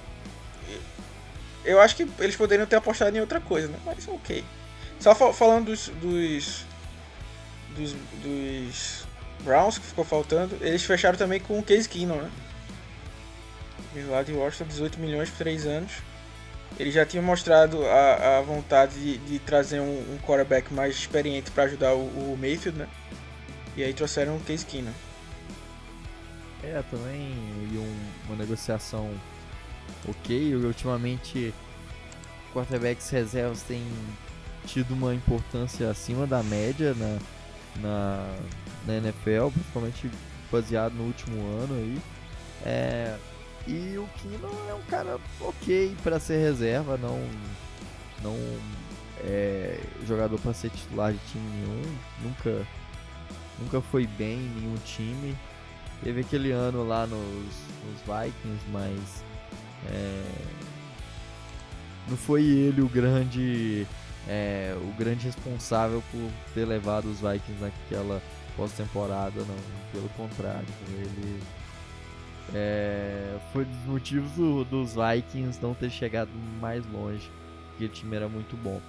Speaker 4: Eu acho que eles poderiam ter apostado em outra coisa, né? Mas ok. Só falando dos, dos, dos, dos Browns, que ficou faltando, eles fecharam também com o Case Keenum, né? Eles lá de Washington, dezoito milhões por três anos. Eles já tinham mostrado a, a vontade de, de trazer um, um quarterback mais experiente para ajudar o, o Mayfield, né? E aí trouxeram o Case Keenum.
Speaker 3: É, também um, uma negociação ok. Ultimamente, quarterbacks reservas têm tido uma importância acima da média na, na, na N F L, principalmente baseado no último ano aí. É, e o Keenum é um cara ok para ser reserva, não, não é jogador para ser titular de time nenhum, nunca, nunca foi bem em nenhum time. Teve aquele ano lá nos, nos Vikings, mas é, não foi ele o grande, é, o grande responsável por ter levado os Vikings naquela pós-temporada, não. Pelo contrário, ele é, foi dos motivos do, dos Vikings não ter chegado mais longe, porque o time era muito bom.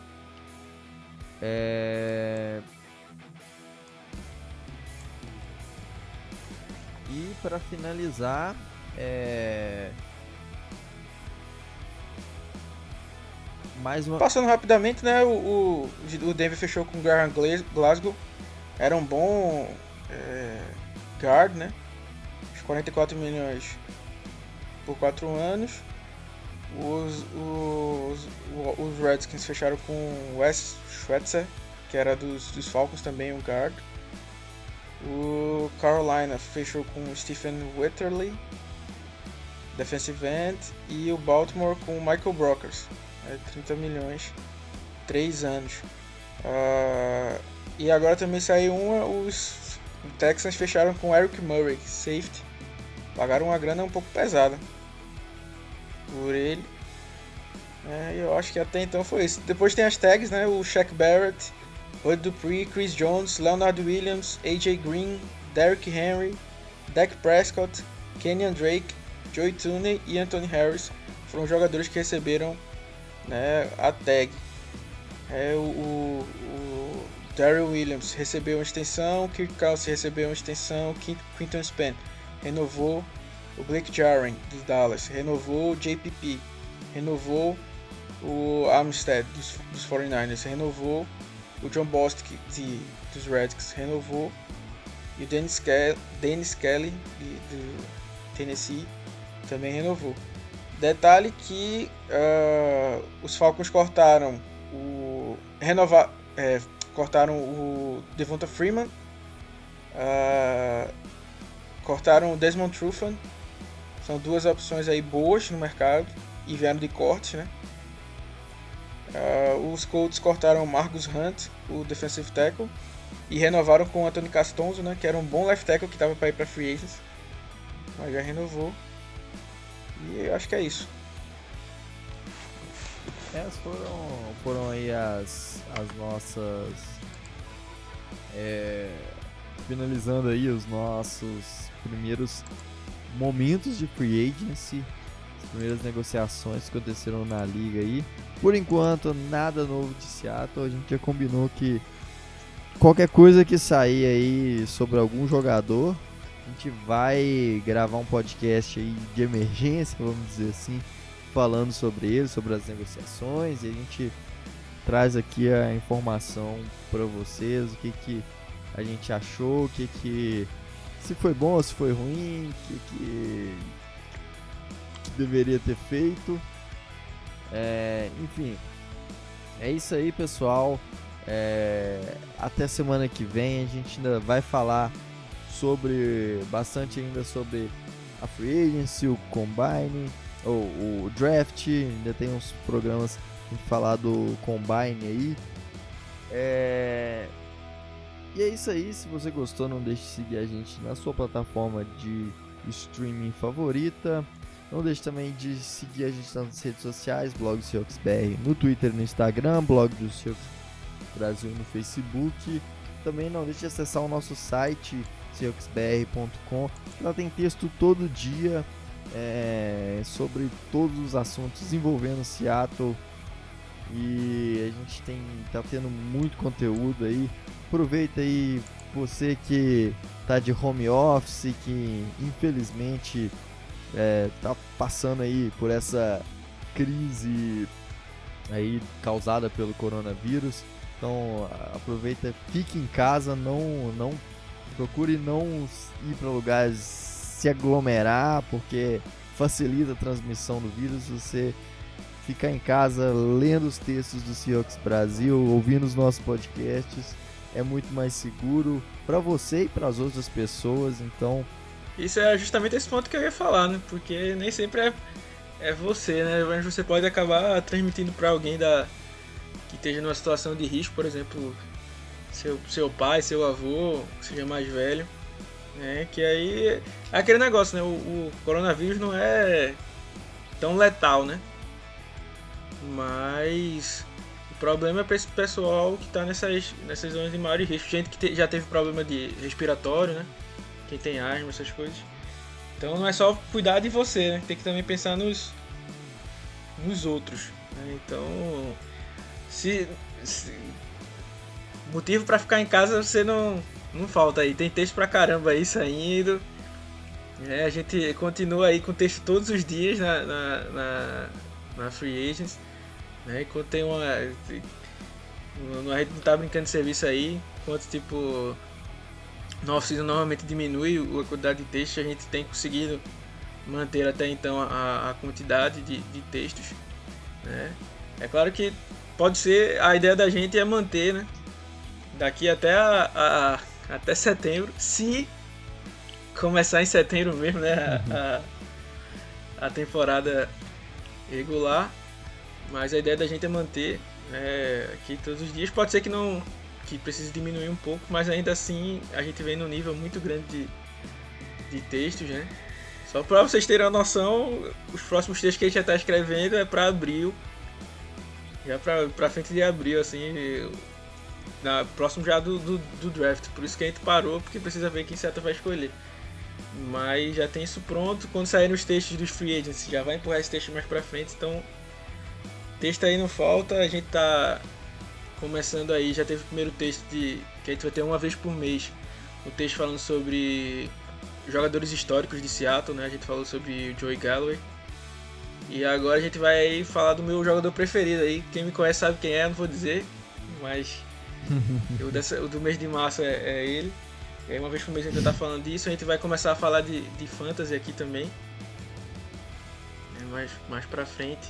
Speaker 3: É... E para finalizar, é... mais uma...
Speaker 4: Passando rapidamente, né? O, o, o Denver fechou com o Graham Glasgow. Era um bom é, guard, né? quarenta e quatro milhões por quatro anos. Os, os, os Redskins fecharam com o Wes Schweitzer, que era dos, dos Falcons também, um guard. O Carolina fechou com o Stephen Wetterly, defensive end. E o Baltimore com o Michael Brockers, né, trinta milhões, três anos. Uh, e agora também saiu uma, os Texans fecharam com o Eric Murray, safety. Pagaram uma grana um pouco pesada por ele. É, eu acho que até então foi isso. Depois tem as tags, né? O Shaq Barrett, Bud Dupree, Chris Jones, Leonard Williams, A J Green, Derrick Henry, Dak Prescott, Kenyan Drake, Joey Tooney e Anthony Harris foram jogadores que receberam, né, a tag. É, o, o, o Darrell Williams recebeu uma extensão, Kirk Cousins recebeu uma extensão, Quinton Span renovou, o Blake Jarwin dos Dallas renovou, o J P P renovou, o Armstead dos, dos forty-niners renovou, o John Bostic de, dos Redskins renovou e o Dennis, Ke- Dennis Kelly de, do Tennessee também renovou. Detalhe que uh, os Falcons cortaram o renovar, é, cortaram o Devonta Freeman, uh, cortaram o Desmond Trufant. São duas opções aí boas no mercado e vieram de cortes, né? Uh, os Colts cortaram o Marcus Hunt, o defensive tackle, e renovaram com o Anthony Castonzo, né? Que era um bom left tackle que estava para ir para free agents, mas já renovou. E eu acho que é isso.
Speaker 3: Essas foram, foram aí as, as nossas... É, finalizando aí os nossos primeiros momentos de free agency, as primeiras negociações que aconteceram na liga aí. Por enquanto, nada novo de Seattle. A gente já combinou que qualquer coisa que sair aí sobre algum jogador, a gente vai gravar um podcast aí de emergência, vamos dizer assim, falando sobre ele, sobre as negociações, e a gente traz aqui a informação para vocês, o que, que a gente achou, o que, que se foi bom ou se foi ruim, o que, que, que deveria ter feito. É, enfim, é isso aí, pessoal. É, até semana que vem a gente ainda vai falar sobre bastante ainda sobre a free agency, o combine, ou o draft. Ainda tem uns programas pra falar do combine aí. É, e é isso aí. Se você gostou, não deixe de seguir a gente na sua plataforma de streaming favorita. Não deixe também de seguir a gente nas redes sociais, blog do Seahawks B R no Twitter e no Instagram, blog do Seahawks Brasil no Facebook. Também não deixe de acessar o nosso site seahawks b r ponto com. Lá tem texto todo dia é, sobre todos os assuntos envolvendo Seattle. E a gente tem tá tendo muito conteúdo aí. Aproveita aí, você que tá de home office, que infelizmente é, tá passando aí por essa crise aí causada pelo coronavírus. Então aproveita, fique em casa, não, não procure não ir para lugares se aglomerar, porque facilita a transmissão do vírus. Você ficar em casa lendo os textos do Seahawks Brasil, ouvindo os nossos podcasts, é muito mais seguro para você e para as outras pessoas, então...
Speaker 5: Isso é justamente esse ponto que eu ia falar, né? Porque nem sempre é, é você, né? Mas você pode acabar transmitindo para alguém da, que esteja numa situação de risco, por exemplo, seu, seu pai, seu avô, que seja mais velho, né? Que aí é aquele negócio, né? O, o coronavírus não é tão letal, né? Mas o problema é para esse pessoal que está nessas, nessas zonas de maior risco. Gente que te, já teve problema de respiratório, né? Quem tem asma, essas coisas. Então não é só cuidar de você, né? Tem que também pensar nos, nos outros, né? Então, se, se motivo para ficar em casa você não, não falta aí. Tem texto pra caramba aí saindo. É, a gente continua aí com texto todos os dias na, na, na, na Free Agents. Né? Enquanto tem uma. A gente não tá brincando de serviço aí. Enquanto tipo. No off-season normalmente diminui a quantidade de textos, a gente tem conseguido manter até então a, a quantidade de, de textos. Né? É claro que pode ser, a ideia da gente é manter, né? Daqui até, a, a, até setembro, se começar em setembro mesmo, né? A, a, a temporada regular, mas a ideia da gente é manter é, aqui todos os dias. Pode ser que não que precise diminuir um pouco, mas ainda assim a gente vem num nível muito grande de, de textos, né? Só para vocês terem uma noção, os próximos textos que a gente já está escrevendo é para abril, já para frente de abril, assim, na, próximo já do, do, do draft. Por isso que a gente parou, porque precisa ver quem Seattle vai escolher. Mas já tem isso pronto. Quando saírem os textos dos free agents, já vai empurrar esse texto mais para frente. Então, texto aí não falta. A gente tá começando aí, já teve o primeiro texto de, que a gente vai ter uma vez por mês, um texto falando sobre jogadores históricos de Seattle, né? A gente falou sobre o Joey Galloway. E agora a gente vai aí falar do meu jogador preferido aí. Quem me conhece sabe quem é, não vou dizer, mas o, dessa, o do mês de março é, é ele. E aí uma vez por mês a gente tá falando disso. A gente vai começar a falar de, de fantasy aqui também, é mais, mais pra frente.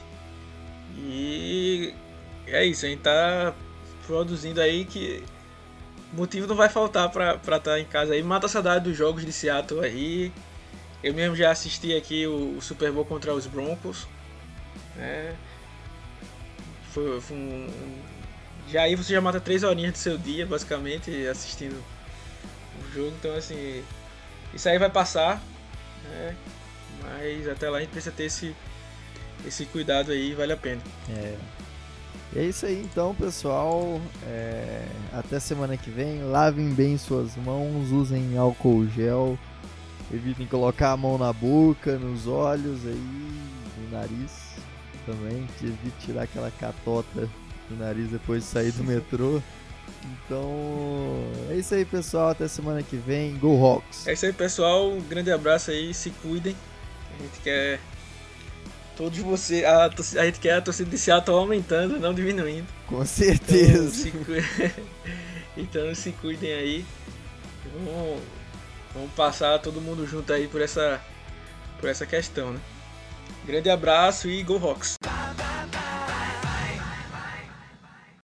Speaker 5: E é isso, a gente tá produzindo aí, que motivo não vai faltar pra estar tá em casa aí. Mata a saudade dos jogos de Seattle aí. Eu mesmo já assisti aqui o, o Super Bowl contra os Broncos, né? Foi, foi um, um, já aí você já mata três horinhas do seu dia, basicamente, assistindo o jogo. Então, assim, isso aí vai passar, né? Mas até lá a gente precisa ter esse, esse cuidado aí, vale a pena.
Speaker 3: É. E é isso aí então, pessoal, é... até semana que vem. Lavem bem suas mãos, usem álcool gel, evitem colocar a mão na boca, nos olhos aí, no nariz também, evite tirar aquela catota do nariz depois de sair do metrô. Então é isso aí, pessoal, até semana que vem. Go Hawks!
Speaker 5: É isso aí, pessoal, um grande abraço aí, se cuidem. A gente quer todos vocês, a, a gente quer a torcida de Seattle aumentando, não diminuindo.
Speaker 3: Com certeza.
Speaker 5: Então se, cu... então, se cuidem aí. Vamos, vamos passar todo mundo junto aí por essa, por essa questão, né? Grande abraço e Go Hawks!